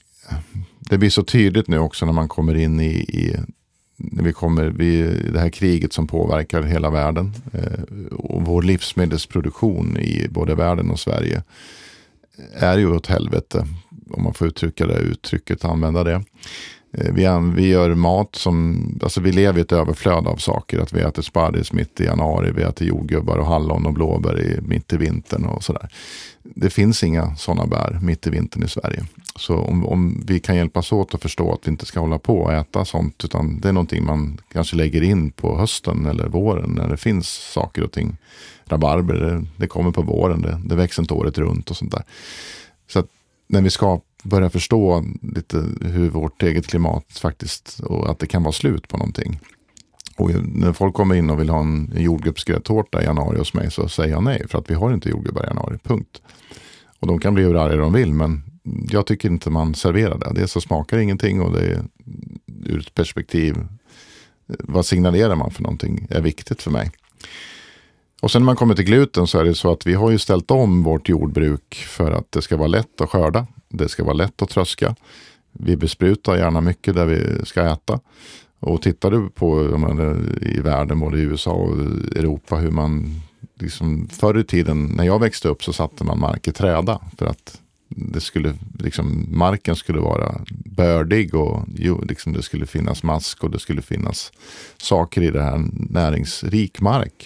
det blir så tydligt nu också när man kommer in i, i när vi kommer vid det här kriget som påverkar hela världen eh, och vår livsmedelsproduktion i både världen och Sverige är ju åt helvete om man får uttrycka det uttrycket, använda det. Vi, vi gör mat som, alltså vi lever i ett överflöd av saker. Att vi äter sparris mitt i januari, vi äter jordgubbar och hallon och blåbär i, mitt i vintern och sådär. Det finns inga sådana bär mitt i vintern i Sverige. Så om, om vi kan hjälpas åt att förstå att vi inte ska hålla på och äta sånt utan det är någonting man kanske lägger in på hösten eller våren när det finns saker och ting. Rabarber, det, det kommer på våren, det, det växer inte året runt och sånt där. Så att när vi ska börja förstå lite hur vårt eget klimat faktiskt och att det kan vara slut på någonting. Och när folk kommer in och vill ha en jordgubbsgräddtårta i januari hos mig så säger jag nej för att vi har inte jordgubbar i januari, punkt. Och de kan bli hur arga de vill men jag tycker inte man serverar det. Det så smakar ingenting och det är ur ett perspektiv vad signalerar man för någonting är viktigt för mig. Och sen när man kommer till gluten så är det så att vi har ju ställt om vårt jordbruk för att det ska vara lätt att skörda. Det ska vara lätt att tröska. Vi besprutar gärna mycket där vi ska äta. Och tittar du på menar, i världen, både i U S A och Europa, hur man liksom, förr i tiden när jag växte upp så satte man mark i träda för att det skulle, liksom, marken skulle vara bördig och jo, liksom, det skulle finnas mask och det skulle finnas saker i det här näringsrik mark.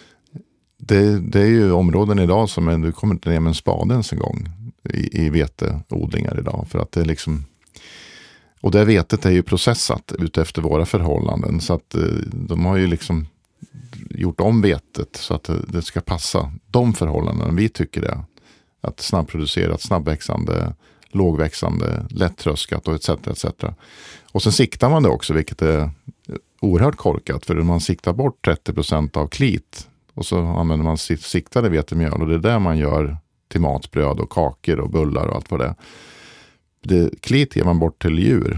Det, det är ju områden idag som är, du kommer inte ner med en spade ens en gång i, i veteodlingar idag. För att det är liksom, och det vetet är ju processat ut efter våra förhållanden. Så att de har ju liksom gjort om vetet så att det, det ska passa de förhållanden vi tycker det är. Att snabbproducerat, snabbväxande lågväxande, lättröskat och et cetera et cetera. Och sen siktar man det också, vilket är oerhört korkat, för man siktar bort trettio procent av klit och så använder man siktade vetemjöl, och det är där man gör till matbröd och kakor och bullar och allt vad det är. Det, klit ger man bort till djur.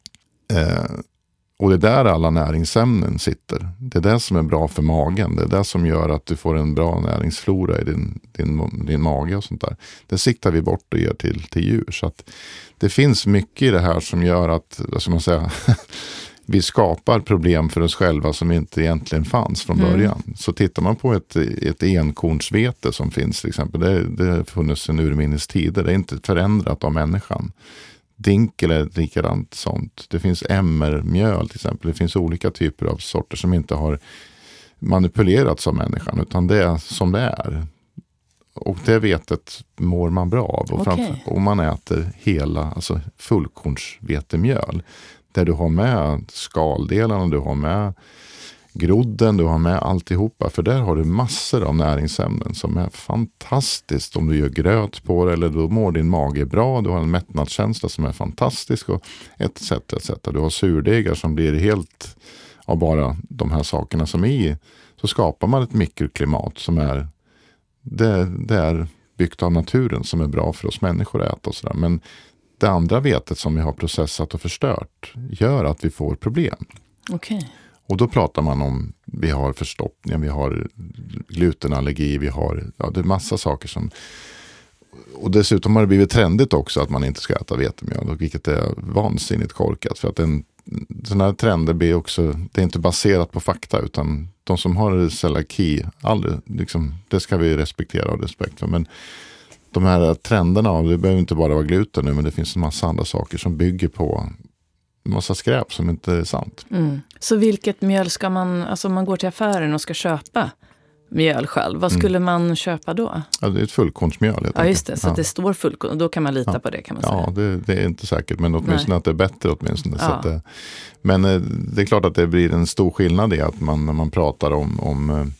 Eh, och det är där alla näringsämnen sitter. Det är det som är bra för magen. Det är det som gör att du får en bra näringsflora i din, din, din mage och sånt där. Det siktar vi bort och ger till, till djur. Så att det finns mycket i det här som gör att, vad ska man säga, vi skapar problem för oss själva som inte egentligen fanns från början. Mm. Så tittar man på ett, ett enkornsvete som finns till exempel, det, det har funnits en urminnes tider. Det är inte förändrat av människan. Dinkel är likadant sånt. Det finns emmermjöl till exempel. Det finns olika typer av sorter som inte har manipulerats av människan, utan det är som det är. Och det vetet mår man bra av. Och okay. framför, om man äter hela, alltså fullkornsvetemjöl, där du har med skaldelarna, du har med grodden, du har med alltihopa. För där har du massor av näringsämnen som är fantastiskt. Om du gör gröt på det, eller då mår din mage bra. Du har en mättnadskänsla som är fantastisk och et cetera et cetera. Du har surdegar som blir helt av bara de här sakerna som är i. Så skapar man ett mikroklimat som är det, det är byggt av naturen, som är bra för oss människor att äta och sådär. Men det andra vetet som vi har processat och förstört gör att vi får problem. Okej. Okay. Och då pratar man om, vi har förstoppning, vi har glutenallergi, vi har, ja, det är massa saker som, och dessutom har det blivit trendigt också att man inte ska äta vetemjöl, vilket är vansinnigt korkat, för att en sådana här trender blir också, det är inte baserat på fakta, utan de som har celiaki, aldrig, liksom, det ska vi respektera och respekt för, men de här trenderna, det behöver inte bara vara gluten nu, men det finns en massa andra saker som bygger på en massa skräp som inte är sant. Mm. Så vilket mjöl ska man, alltså om man går till affären och ska köpa mjöl själv, vad skulle mm. man köpa då? Ja, det är ett fullkornsmjöl. Ja, just det, så ja. att det står fullkorn, och då kan man lita ja. på det, kan man säga. Ja, det, det är inte säkert, men åtminstone Nej. Att det är bättre åtminstone. Ja. Så att det, men det är klart att det blir en stor skillnad i att man, när man pratar om, om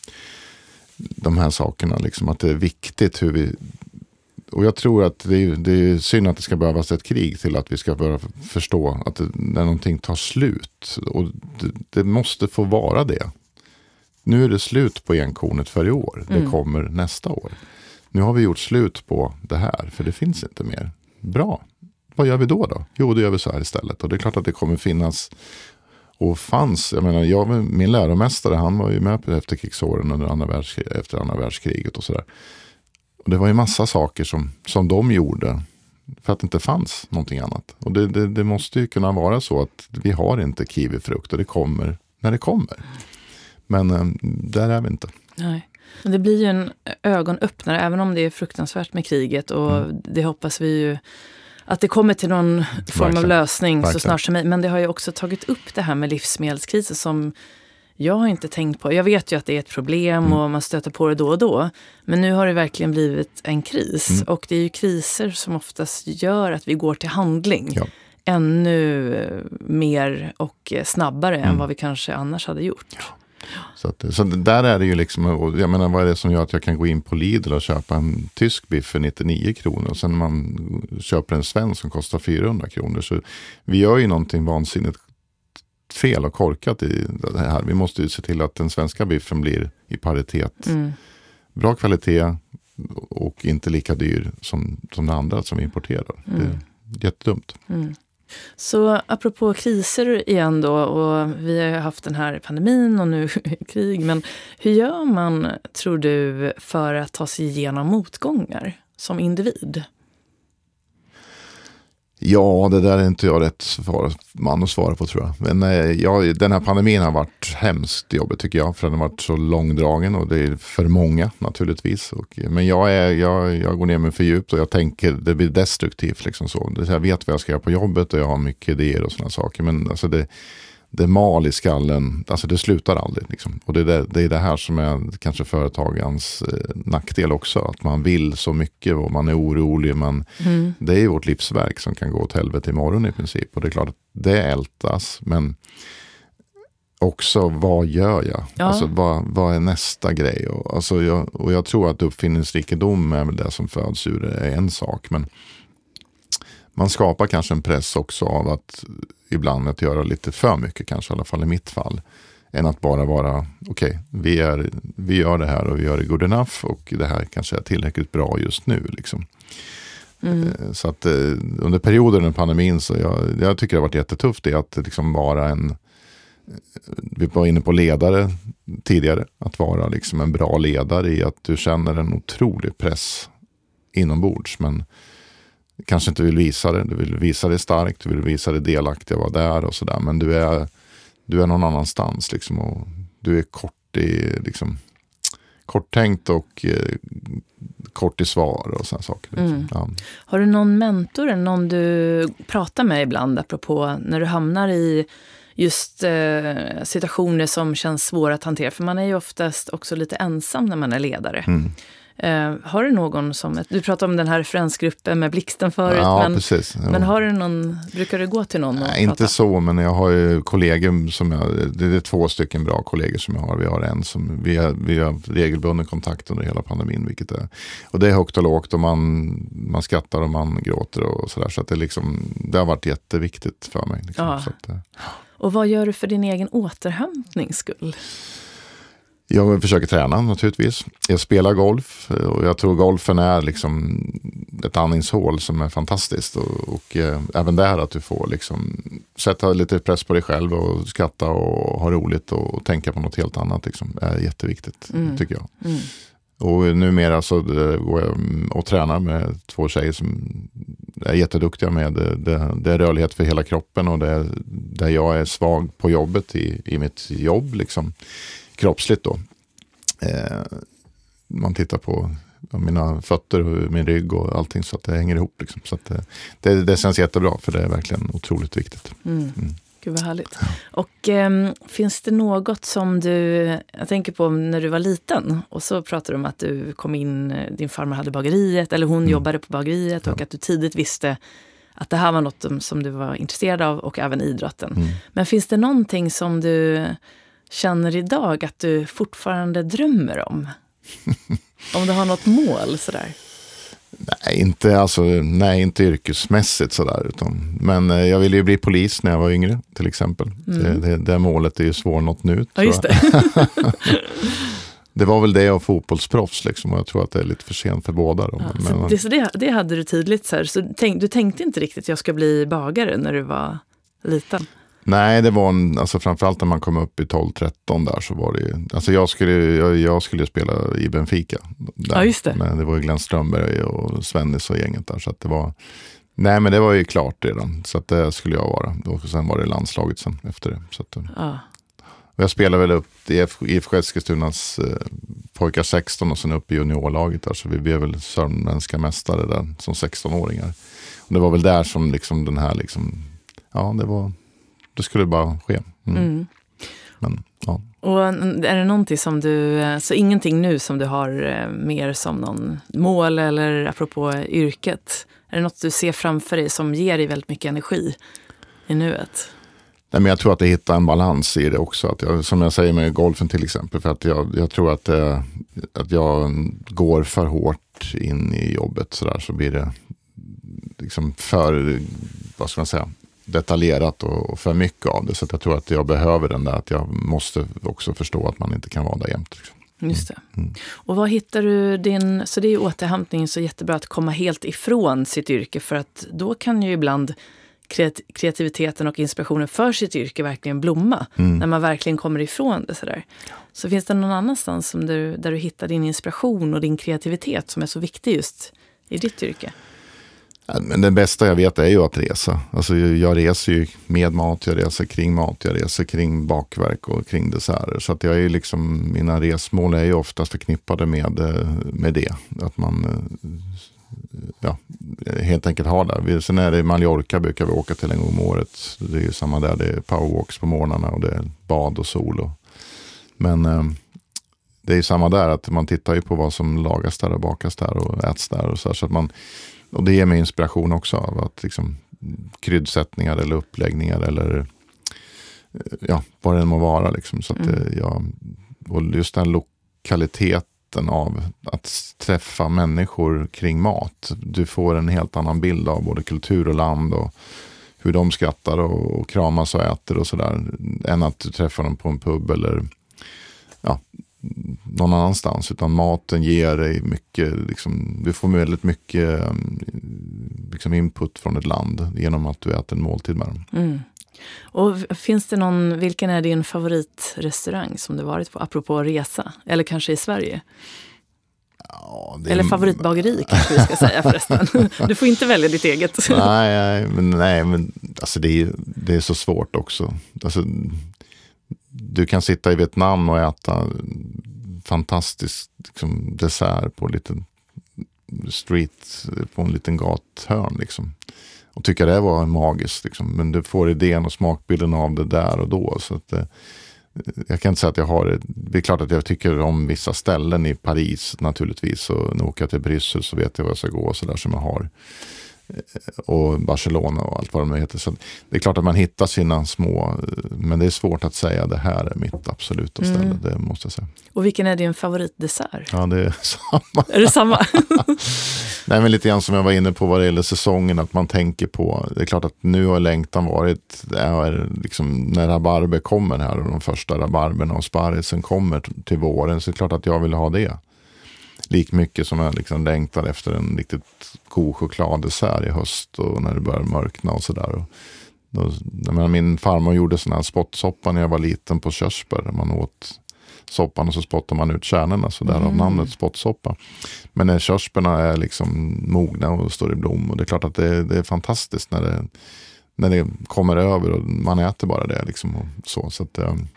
de här sakerna, liksom, att det är viktigt hur vi. Och jag tror att det är, det är synd att det ska behövas ett krig till att vi ska börja förstå att det, när någonting tar slut. Och det, det måste få vara det. Nu är det slut på enkornet för i år. Det mm. kommer nästa år. Nu har vi gjort slut på det här, för det finns inte mer. Bra. Vad gör vi då då? Jo, det gör vi så här istället. Och det är klart att det kommer finnas, och fanns, jag menar, jag, min läromästare, han var ju med på efterkrigsåren under andra världskrig, efter andra världskriget och sådär. Och det var ju massa saker som, som de gjorde för att det inte fanns någonting annat. Och det, det, det måste ju kunna vara så att vi har inte kiwifrukt och det kommer när det kommer. Men eh, där är vi inte. Nej. Men det blir ju en ögonöppnare, även om det är fruktansvärt med kriget, och mm. det hoppas vi ju att det kommer till någon form Verkligen. Av lösning Verkligen. Så snart som möjligt. Men det har ju också tagit upp det här med livsmedelskrisen som jag har inte tänkt på. Jag vet ju att det är ett problem mm. och man stöter på det då och då. Men nu har det verkligen blivit en kris. Mm. Och det är ju kriser som oftast gör att vi går till handling. Ja. Ännu mer och snabbare mm. än vad vi kanske annars hade gjort. Ja. Så, att, så där är det ju liksom, och jag menar, vad är det som gör att jag kan gå in på Lidl och köpa en tysk biff för nittionio kronor och sen man köper en svensk som kostar fyrahundra kronor. Så vi gör ju någonting vansinnigt fel och korkat i det här. Vi måste ju se till att den svenska biffen blir i paritet. Mm. Bra kvalitet och inte lika dyr som, som det andra som vi importerar. Mm. Det är jättedumt. Mm. Så apropå kriser igen då, och vi har haft den här pandemin och nu krig, men hur gör man, tror du, för att ta sig igenom motgångar som individ? Ja, det där är inte jag rätt svar, man att svara på, tror jag. Men ja, den här pandemin har varit hemskt jobbigt, tycker jag, för den har varit så långdragen och det är för många naturligtvis. Och, men jag, är, jag, jag går ner mig för djupt och jag tänker det blir destruktivt. Liksom så. Jag vet vad jag ska göra på jobbet och jag har mycket idéer och sådana saker. Men alltså det, det mal i skallen, alltså det slutar aldrig. Liksom. Och det är det, det är det här som är kanske företagens eh, nackdel också. Att man vill så mycket och man är orolig. Man, mm. Det är ju vårt livsverk som kan gå åt helvete imorgon i princip. Och det är klart att det ältas. Men också, vad gör jag? Ja. Alltså, vad, vad är nästa grej? Och, alltså, jag, och jag tror att uppfinningsrikedom är väl det som föds ur det, är en sak. Men man skapar kanske en press också av att ibland att göra lite för mycket, kanske i alla fall i mitt fall, än att bara vara okej, okay, vi, är, vi gör det här och vi gör det good enough och det här kanske är tillräckligt bra just nu liksom. Mm. Så att under perioder under pandemin så jag, jag tycker det har varit jättetufft det att liksom vara en, vi var inne på ledare tidigare, att vara liksom en bra ledare i att du känner en otrolig press inombords men kanske inte vill visa det, du vill visa det starkt, du vill visa det delaktiga, vara där och sådär, men du är, du är någon annanstans liksom och du är kort i liksom korttänkt och eh, kort i svar och sådana saker. Liksom. Mm. Ja. Har du någon mentor eller någon du pratar med ibland apropå när du hamnar i just eh, situationer som känns svåra att hantera? För man är ju oftast också lite ensam när man är ledare. Mm. Eh, har du någon som, du pratade om den här referensgruppen med Blixten förut, ja, men, precis. Ja. men har du någon, brukar du gå till någon och Nej, prata? inte så, men jag har ju kollegor som jag, det är två stycken bra kollegor som jag har. Vi har en som, vi har, vi har regelbunden kontakt under hela pandemin, vilket är, och det är högt och lågt och man, man skrattar och man gråter och sådär, så att det liksom, det har varit jätteviktigt för mig. Liksom, ja. så att, och vad gör du för din egen återhämtnings skull? Jag försöker träna naturligtvis. Jag spelar golf och jag tror golfen är liksom ett andningshål som är fantastiskt. Och, och eh, även där att du får liksom sätta lite press på dig själv och skratta och ha roligt och tänka på något helt annat liksom, är jätteviktigt mm. tycker jag. Mm. Och numera så går jag och tränar med två tjejer som är jätteduktiga med det, det, det är rörlighet för hela kroppen och det är, där jag är svag på jobbet i, i mitt jobb liksom. Kroppsligt då. Eh, man tittar på mina fötter och min rygg och allting så att det hänger ihop. Liksom. Så att det, det, det känns jättebra för det är verkligen otroligt viktigt. Mm. Mm. Gud vad härligt. Och eh, finns det något som du, jag tänker på när du var liten och så pratade du om att du kom in, din farmor hade bageriet eller hon mm. jobbade på bageriet och ja. Att du tidigt visste att det här var något som du var intresserad av och även idrotten. Mm. Men finns det någonting som du känner idag att du fortfarande drömmer om? Om du har något mål sådär? Nej, inte, alltså, nej, inte yrkesmässigt sådär. Utan, men jag ville ju bli polis när jag var yngre till exempel. Mm. Det, det, det målet är ju svårnått nu. Ja, just det. Det var väl det och fotbollsproffs liksom, och jag tror att det är lite för sent för båda. Då. Ja, men, så men, det, så det, det hade du tydligt så här. Så tänk, du tänkte inte riktigt att jag ska bli bagare när du var liten? Nej, det var en, alltså framförallt när man kom upp i tolv tretton där så var det ju, alltså jag skulle, jag, jag skulle spela i Benfica. Där, ja, just det. Men det var ju Glenn Strömberg och Svennis och gänget där, så att det var, nej men det var ju klart redan, så att det skulle jag vara. Och sen var det landslaget sen efter det. Så att, ja. Och jag spelade väl upp i I F K Eskilstunas eh, pojkar sexton och sen upp i juniorlaget där, så vi blev väl sörmländska mästare där som sexton-åringar. Och det var väl där som liksom den här liksom, ja det var, det skulle bara ske. Mm. Mm. Men, ja. Och är det någonting som du, så ingenting nu som du har mer som någon mål eller apropå yrket, är det något du ser framför dig som ger dig väldigt mycket energi i nuet? Nej, men jag tror att det hittar en balans i det också. Att jag, som jag säger med golfen till exempel, för att jag, jag tror att, det, att jag går för hårt in i jobbet så där, så blir det liksom för, vad ska man säga, detaljerat och för mycket av det. Så att jag tror att jag behöver den där, att jag måste också förstå att man inte kan vara där jämt. Liksom. Just det. Mm. Och vad hittar du din, så det är ju återhämtningen så jättebra att komma helt ifrån sitt yrke, för att då kan ju ibland kreativiteten och inspirationen för sitt yrke verkligen blomma. Mm. När man verkligen kommer ifrån det sådär. Så finns det någon annanstans som du, där du hittar din inspiration och din kreativitet som är så viktig just i ditt yrke? Ja, men det bästa jag vet är ju att resa. Alltså jag reser ju med mat, jag reser kring mat, jag reser kring bakverk och kring desserter. Så att jag är liksom, mina resmål är ju oftast förknippade med, med det. Att man ja, helt enkelt har det. Sen är det Mallorca, brukar vi åka till en gång om året. Det är ju samma där, det är powerwalks på morgnarna och det är bad och sol. Och, men eh, det är ju samma där, att man tittar ju på vad som lagas där och bakas där och äts där. Och så, så att man, och det ger mig inspiration också av att liksom, kryddsättningar eller uppläggningar eller ja, vad det än må vara. Liksom, så att, mm. jag, och just den lokalitet erfarenheten av att träffa människor kring mat. Du får en helt annan bild av både kultur och land och hur de skrattar och kramas och äter och sådär, än att du träffar dem på en pub eller ja, någon annanstans. Utan maten ger dig mycket, liksom, du får väldigt mycket liksom, input från ett land genom att du äter en måltid med dem. Mm. Och finns det någon, vilken är din favoritrestaurang som du varit på, apropå resa? Eller kanske i Sverige? Ja, det... Eller favoritbageri kanske vi ska säga förresten. Du får inte välja ditt eget. Nej, nej men, nej, men alltså det, är, det är så svårt också. Alltså, du kan sitta i Vietnam och äta fantastisk liksom, dessert på en liten street, på en liten gathörn liksom. Och tycka det var magiskt liksom. Men du får idén och smakbilden av det där och då. Så att det, jag kan inte säga att jag har det. Det är klart att jag tycker om vissa ställen i Paris naturligtvis. Och när jag åker till Bryssel så vet jag vad jag ska gå och så där som jag har. Och Barcelona och allt vad de heter. Så det är klart att man hittar sina små, men det är svårt att säga det här är mitt absoluta ställe, mm. det måste jag säga. Och vilken är din favoritdessert? Ja, det är samma. Är det samma? Nej, men lite grann som jag var inne på vad det gäller säsongen, att man tänker på, det är klart att nu har längtan varit, det är liksom när rabarber kommer här och de första rabarberna och sparrisen kommer till våren, så är det klart att jag vill ha det. Lik mycket som jag liksom längtar efter en riktigt god chokladdessert i höst och när det börjar mörkna och sådär. Min farmor gjorde sån här spottsoppa när jag var liten på körsbär. Där man åt soppan och så spottar man ut kärnorna, så därav mm. namnet spottsoppa. Men när körsbärna är liksom mogna och står i blom, och det är klart att det, det är fantastiskt när det, när det kommer över och man äter bara det liksom och så. Så att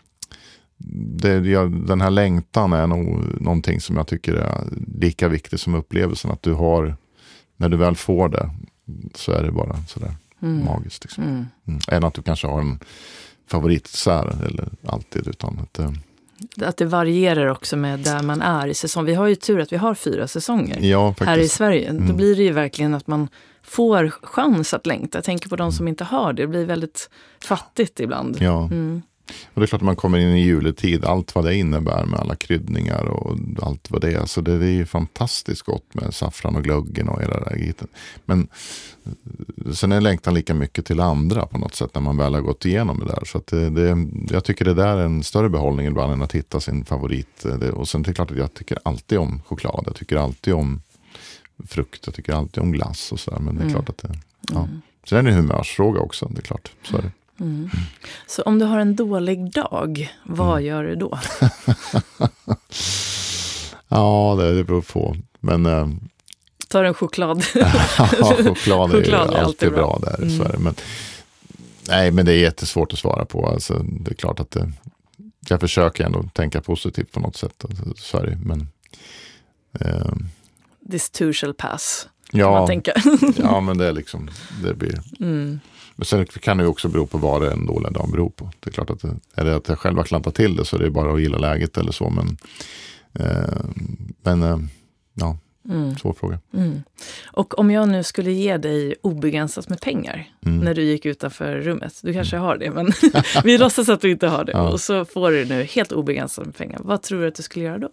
Det, jag, den här längtan är nog någonting som jag tycker är lika viktigt som upplevelsen, att du har, när du väl får det så är det bara sådär mm. magiskt liksom. Mm. Mm. Än att du kanske har en favoritdessert eller alltid, utan att det, att det varierar också med där man är i säsong. Vi har ju tur att vi har fyra säsonger ja, här i Sverige. Mm. Då blir det ju verkligen att man får chans att längta. Jag tänker på de som inte har det. Det blir väldigt fattigt ibland. Ja. Mm. Och det är klart att man kommer in i juletid, allt vad det innebär med alla kryddningar och allt vad det är. Så det, det är ju fantastiskt gott med saffran och glöggen och hela det där giten. Men sen är längtan lika mycket till andra på något sätt när man väl har gått igenom det där. Så att det, det, jag tycker det där är en större behållning ibland än att hitta sin favorit. Det, och sen är det klart att jag tycker alltid om choklad, jag tycker alltid om frukt, jag tycker alltid om glass och sådär. Men det är mm. klart att det, ja. Mm. Så det är en humörsfråga också, det är klart. Så är det. Mm. Mm. Så om du har en dålig dag, vad mm. gör du då? Ja, det, det beror på. Men, äh, tar en choklad. Ja, choklad är, choklad är alltid, alltid bra, bra där. Mm. Så är det. Men, nej, men det är jättesvårt att svara på. Alltså, det är klart att det, jag försöker ändå tänka positivt på något sätt. Alltså, så är det. Men, äh, this too shall pass. Ja, kan man tänka. Ja, men det är liksom, det blir... Mm. Men sen kan det ju också bero på vad det en dålig dag beror på. Det är klart att det, är det att jag själv har klantat till det så är det bara att gilla läget eller så. Men, eh, men eh, ja, mm. svår fråga. Mm. Och om jag nu skulle ge dig obegränsat med pengar mm. när du gick utanför rummet. Du kanske mm. har det, men vi låtsas att du inte har det. Ja. Och så får du nu helt obegränsat med pengar. Vad tror du att du skulle göra då?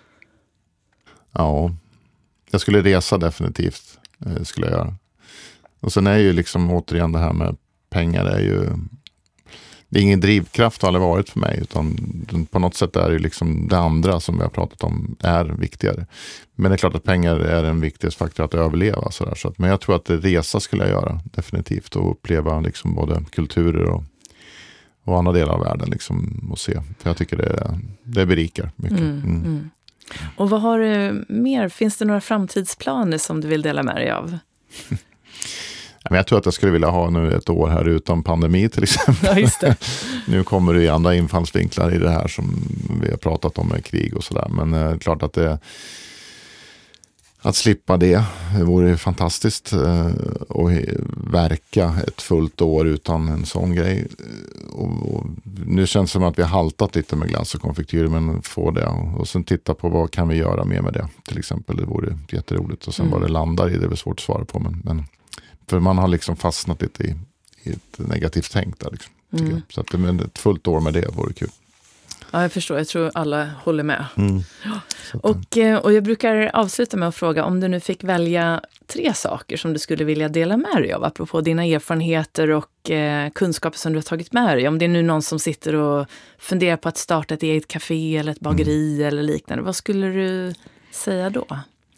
Ja, jag skulle resa definitivt. Eh, skulle jag göra. Och sen är ju liksom återigen det här med pengar är ju, det är ingen drivkraft har aldrig varit för mig, utan på något sätt är det ju liksom det andra som vi har pratat om är viktigare. Men det är klart att pengar är en viktig faktor att överleva. Så där. Så att, men jag tror att resa skulle jag göra definitivt och uppleva liksom både kulturer och, och andra delar av världen liksom, och se. För jag tycker det, det berikar mycket. Mm, mm. Mm. Och vad har du mer? Finns det några framtidsplaner som du vill dela med dig av? Men jag tror att jag skulle vilja ha nu ett år här utan pandemi till exempel. Ja, just det. Nu kommer det ju andra infallsvinklar i det här som vi har pratat om med krig och sådär. Men det är klart att det, att slippa det, det vore fantastiskt att verka ett fullt år utan en sån grej. Och, och nu känns det som att vi har haltat lite med glass och konfektyr, men få det. Och sen titta på vad kan vi göra mer med det till exempel. Det vore jätteroligt. Och sen mm. vad det landar i, det är väl svårt att svara på. Men, men för man har liksom fastnat lite i, i ett negativt tänk där liksom, tycker mm. jag. Så att men ett fullt år med det vore kul. Ja, jag förstår. Jag tror alla håller med. Mm. Och, och jag brukar avsluta med att fråga om du nu fick välja tre saker som du skulle vilja dela med dig av, apropå dina erfarenheter och eh, kunskaper som du har tagit med dig. Om det är nu någon som sitter och funderar på att starta ett eget café eller ett bageri mm. eller liknande, vad skulle du säga då?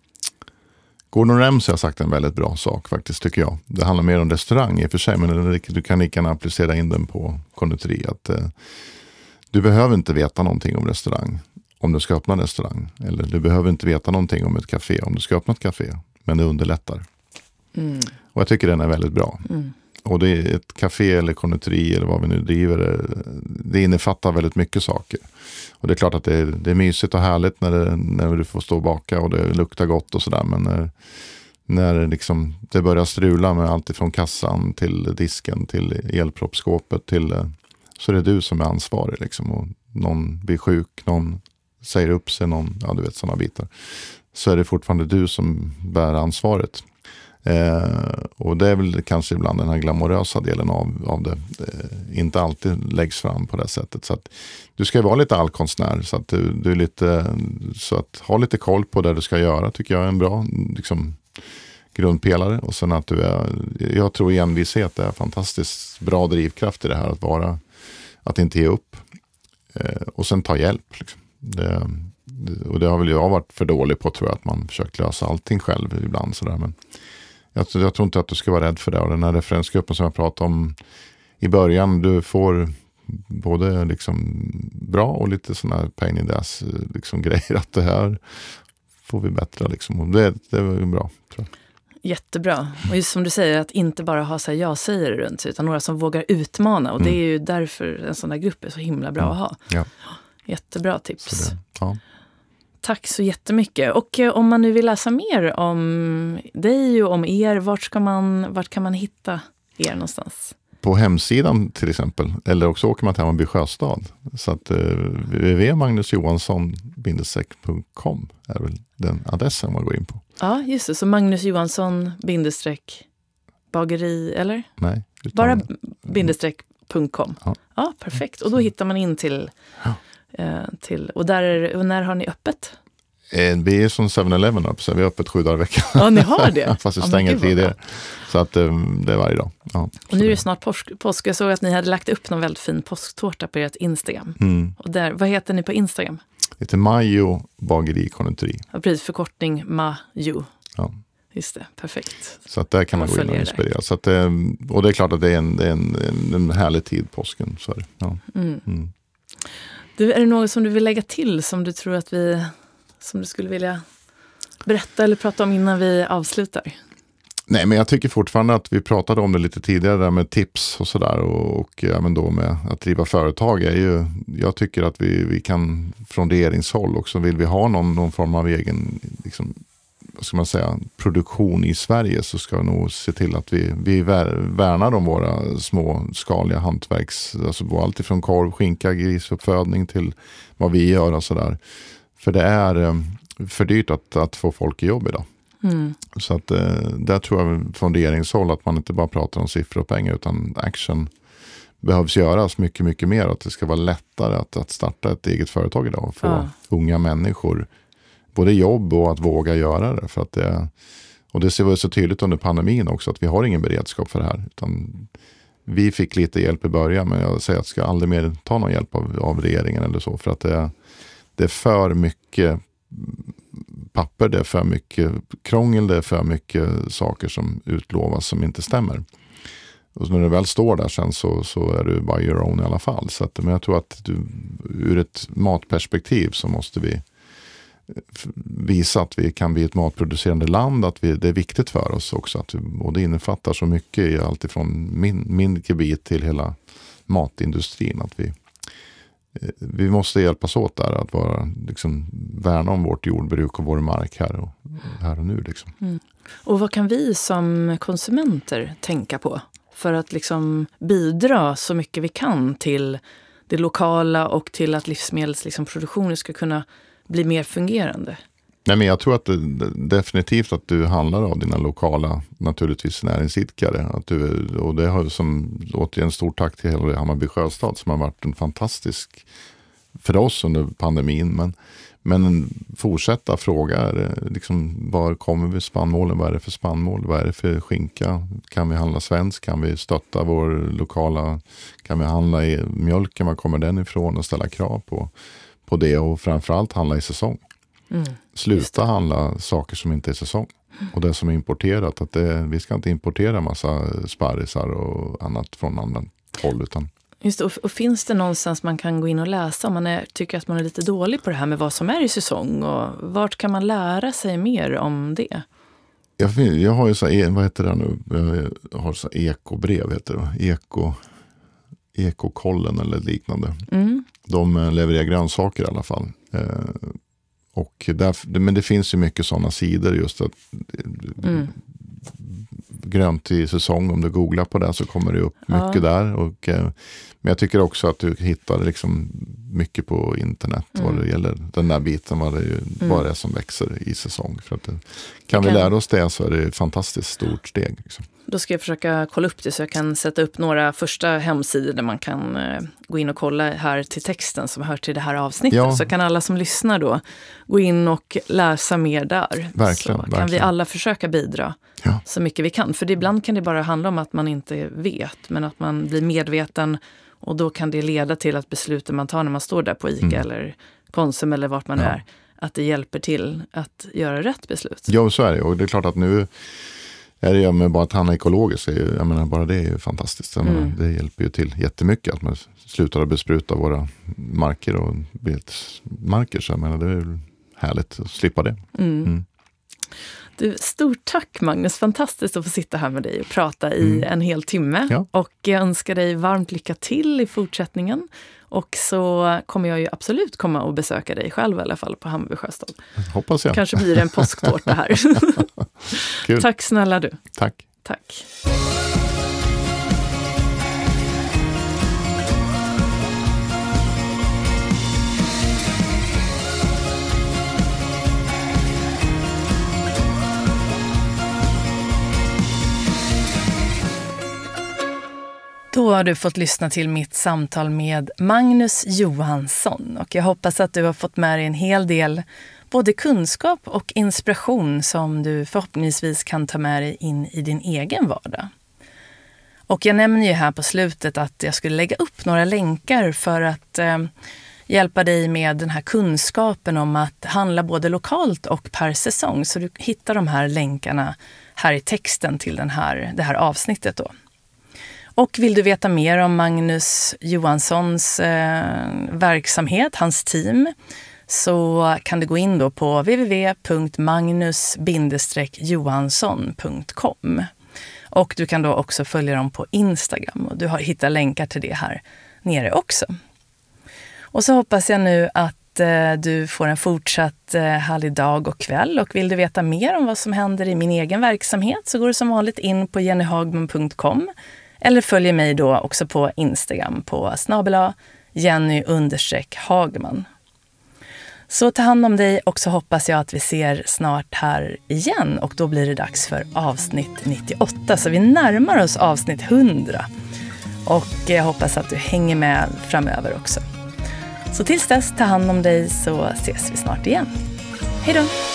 Gordon Ramsay har sagt en väldigt bra sak faktiskt, tycker jag. Det handlar mer om restaurang i och för sig, men du kan lika gärna applicera in den på konditori. Att, eh, du behöver inte veta någonting om restaurang om du ska öppna en restaurang. Eller du behöver inte veta någonting om ett café om du ska öppna ett café. Men det underlättar. Mm. Och jag tycker den är väldigt bra. Mm. Och det är ett café eller konditori eller vad vi nu driver. Det innefattar väldigt mycket saker. Och det är klart att det är, det är mysigt och härligt när, det, när du får stå och baka och det luktar gott och sådär. Men när, när liksom det börjar strula med allt ifrån kassan till disken till elproppskåpet till, så är det du som är ansvarig. Liksom. Och någon blir sjuk, någon säger upp sig, någon, ja du vet sådana bitar. Så är det fortfarande du som bär ansvaret. Eh, och det är väl kanske ibland den här glamorösa delen av, av det eh, inte alltid läggs fram på det sättet. Så att du ska vara lite allkonstnär så att du, du är lite, så att ha lite koll på det du ska göra tycker jag är en bra liksom, grundpelare. Och sen att du är, jag tror envishet är fantastiskt bra drivkraft i det här att vara, att inte ge upp. Eh, och sen ta hjälp liksom. Det, och det har väl jag varit för dålig på, tror jag, att man försökt lösa allting själv ibland sådär, men jag, jag tror inte att du ska vara rädd för det. Och den här referensgruppen som jag pratade om i början, du får både liksom bra och lite sådana här pain in the ass liksom grejer, att det här får vi bättre liksom. Och det, det var ju bra, tror jag. Jättebra. Och just som du säger, att inte bara ha så här jag-säger runt sig, utan några som vågar utmana. Och mm. det är ju därför en sån här grupp är så himla bra mm. att ha. Ja. Jättebra tips. Det, ja. Tack så jättemycket. Och eh, om man nu vill läsa mer om dig och om er, vart, ska man, vart kan man hitta er någonstans? På hemsidan till exempel. Eller också åker man till Hammarby Sjöstad. Så att eh, w w w punkt magnus johansson punkt com är väl den adressen man går in på. Ja, just det. Så Magnus Johansson bindestreck bageri, eller? Nej. Bara bindestreck punkt com. Ja. Ja, perfekt. Och då hittar man in till... Ja. Till, och, där, och när har ni öppet? Eh, vi är som seven eleven upp, så vi är öppet sju dagar i veckan. Ja, ni har det? Fast vi stänger ja, tidigare. Så att eh, det är varje dag. Ja, och nu är det snart påsk, påsk. Jag såg att ni hade lagt upp någon väldigt fin påsktårta på ert Instagram. Mm. Och där, vad heter ni på Instagram? Det heter Majo bageri konditori. Ja, precis, förkortning Majo. Ja. Just det, perfekt. Så att där kan man gå in och inspirera. Så att, och det är klart att det är en, en, en, en härlig tid, påsken. Så är det. Ja. Mm. Mm. Du, är det något som du vill lägga till som du tror att vi, som du skulle vilja berätta eller prata om innan vi avslutar? Nej, men jag tycker fortfarande att vi pratade om det lite tidigare där med tips och sådär, och, och även då med att driva företag är ju, jag tycker att vi, vi kan från regeringshåll också, vill vi ha någon, någon form av egen liksom, vad ska man säga, produktion i Sverige, så ska vi nog se till att vi, vi värnar om våra småskaliga hantverks, alltså allt ifrån korv, skinka, grisuppfödning till vad vi gör och sådär. För det är för dyrt att, att få folk i jobb idag. Mm. Så att där tror jag från regeringshåll att man inte bara pratar om siffror och pengar, utan action behövs göras mycket, mycket mer. Att det ska vara lättare att, att starta ett eget företag idag och få ja. unga människor både jobb och att våga göra det. För att det, och det ser vi så tydligt under pandemin också, att vi har ingen beredskap för det här. Utan vi fick lite hjälp i början, men jag säger att jag ska aldrig mer ta någon hjälp av, av regeringen eller så. För att det, det är för mycket papper, det är för mycket krångel, det är för mycket saker som utlovas som inte stämmer. Och när du väl står där sen så, så är du by your own i alla fall. Så att, men jag tror att du, ur ett matperspektiv så måste vi visa att vi kan bli ett matproducerande land, att vi, det är viktigt för oss också, att vi, och det innefattar så mycket i allt ifrån min, min gebit till hela matindustrin, att vi vi måste hjälpas åt där, att vara, liksom, värna om vårt jordbruk och vår mark här och, här och nu. Liksom. Mm. Och vad kan vi som konsumenter tänka på för att liksom bidra så mycket vi kan till det lokala och till att livsmedelsproduktionen ska kunna bli mer fungerande? Nej, men jag tror att det, definitivt att du handlar av dina lokala, naturligtvis, näringsidkare. Att du, och det har som återigen stort tack till hela Hammarby Sjöstad som har varit en fantastisk för oss under pandemin. Men, men fortsätta fråga, liksom, var kommer vi spannmålen? Vad är det för spannmål? Vad är det för skinka? Kan vi handla svensk? Kan vi stötta vår lokala? Kan vi handla i mjölken? Var kommer den ifrån? Och ställa krav på, på det, och framförallt handla i säsong. Mm, Sluta handla saker som inte är säsong. Mm. Och det som är importerat, att det, vi ska inte importera massa sparrisar och annat från andra håll, utan just det, och, och finns det någonstans man kan gå in och läsa om man är, tycker att man är lite dålig på det här med vad som är i säsong, och vart kan man lära sig mer om det? Jag, jag har ju så här, vad heter det nu? Jag har så här ekobrev, heter det. Eko, ekokollen eller liknande. Mm. De levererar grönsaker i alla fall. Eh, och där, men det finns ju mycket sådana sidor, just att mm. grönt i säsong, om du googlar på det så kommer det upp mycket ja. där. Och, eh, men jag tycker också att du hittar liksom mycket på internet mm. vad det gäller den där biten, vad det, är, mm. vad det är som växer i säsong. För att det, kan, kan vi lära oss det så är det ett fantastiskt stort steg. Liksom. Då ska jag försöka kolla upp det, så jag kan sätta upp några första hemsidor där man kan eh, gå in och kolla här till texten som hör till det här avsnittet. Ja. Så kan alla som lyssnar då gå in och läsa mer där. Verkligen, så kan verkligen. vi alla försöka bidra ja. så mycket vi kan. För ibland kan det bara handla om att man inte vet, men att man blir medveten, och då kan det leda till att besluten man tar när man står där på ICA mm. eller Konsum eller vart man ja. är, att det hjälper till att göra rätt beslut. Ja, så är det. Och det är klart att nu är det ju med bara att handla ekologiskt, jag menar, bara det är ju fantastiskt. Jag menar, mm. det hjälper ju till jättemycket att man slutar att bespruta våra marker och betesmarker. Så jag menar, det är ju härligt att slippa det. Mm. Mm. Du, stort tack Magnus, fantastiskt att få sitta här med dig och prata i mm. en hel timme. Ja. Och jag önskar dig varmt lycka till i fortsättningen. Och så kommer jag ju absolut komma och besöka dig själv i alla fall på Hammarby Sjöstad. Hoppas jag. Kanske blir det en påsktårta här. Kul. Tack snälla du. Tack. Tack. Då har du fått lyssna till mitt samtal med Magnus Johansson, och jag hoppas att du har fått med dig en hel del både kunskap och inspiration som du förhoppningsvis kan ta med dig in i din egen vardag. Och jag nämner ju här på slutet att jag skulle lägga upp några länkar för att eh, hjälpa dig med den här kunskapen om att handla både lokalt och per säsong. Så du hittar de här länkarna här i texten till den här, det här avsnittet då. Och vill du veta mer om Magnus Johanssons eh, verksamhet, hans team, så kan du gå in då på w w w punkt magnus johansson punkt com. Och du kan då också följa dem på Instagram, och du har hittat länkar till det här nere också. Och så hoppas jag nu att eh, du får en fortsatt eh, härlig dag och kväll. Och vill du veta mer om vad som händer i min egen verksamhet så går du som vanligt in på jenny hagman punkt com. Eller följ mig då också på Instagram på snabel-a jenny understreck hagman. Så ta hand om dig, och så hoppas jag att vi ser snart här igen. Och då blir det dags för avsnitt nittioåtta. Så vi närmar oss avsnitt hundra. Och jag hoppas att du hänger med framöver också. Så tills dess, ta hand om dig, så ses vi snart igen. Hej då!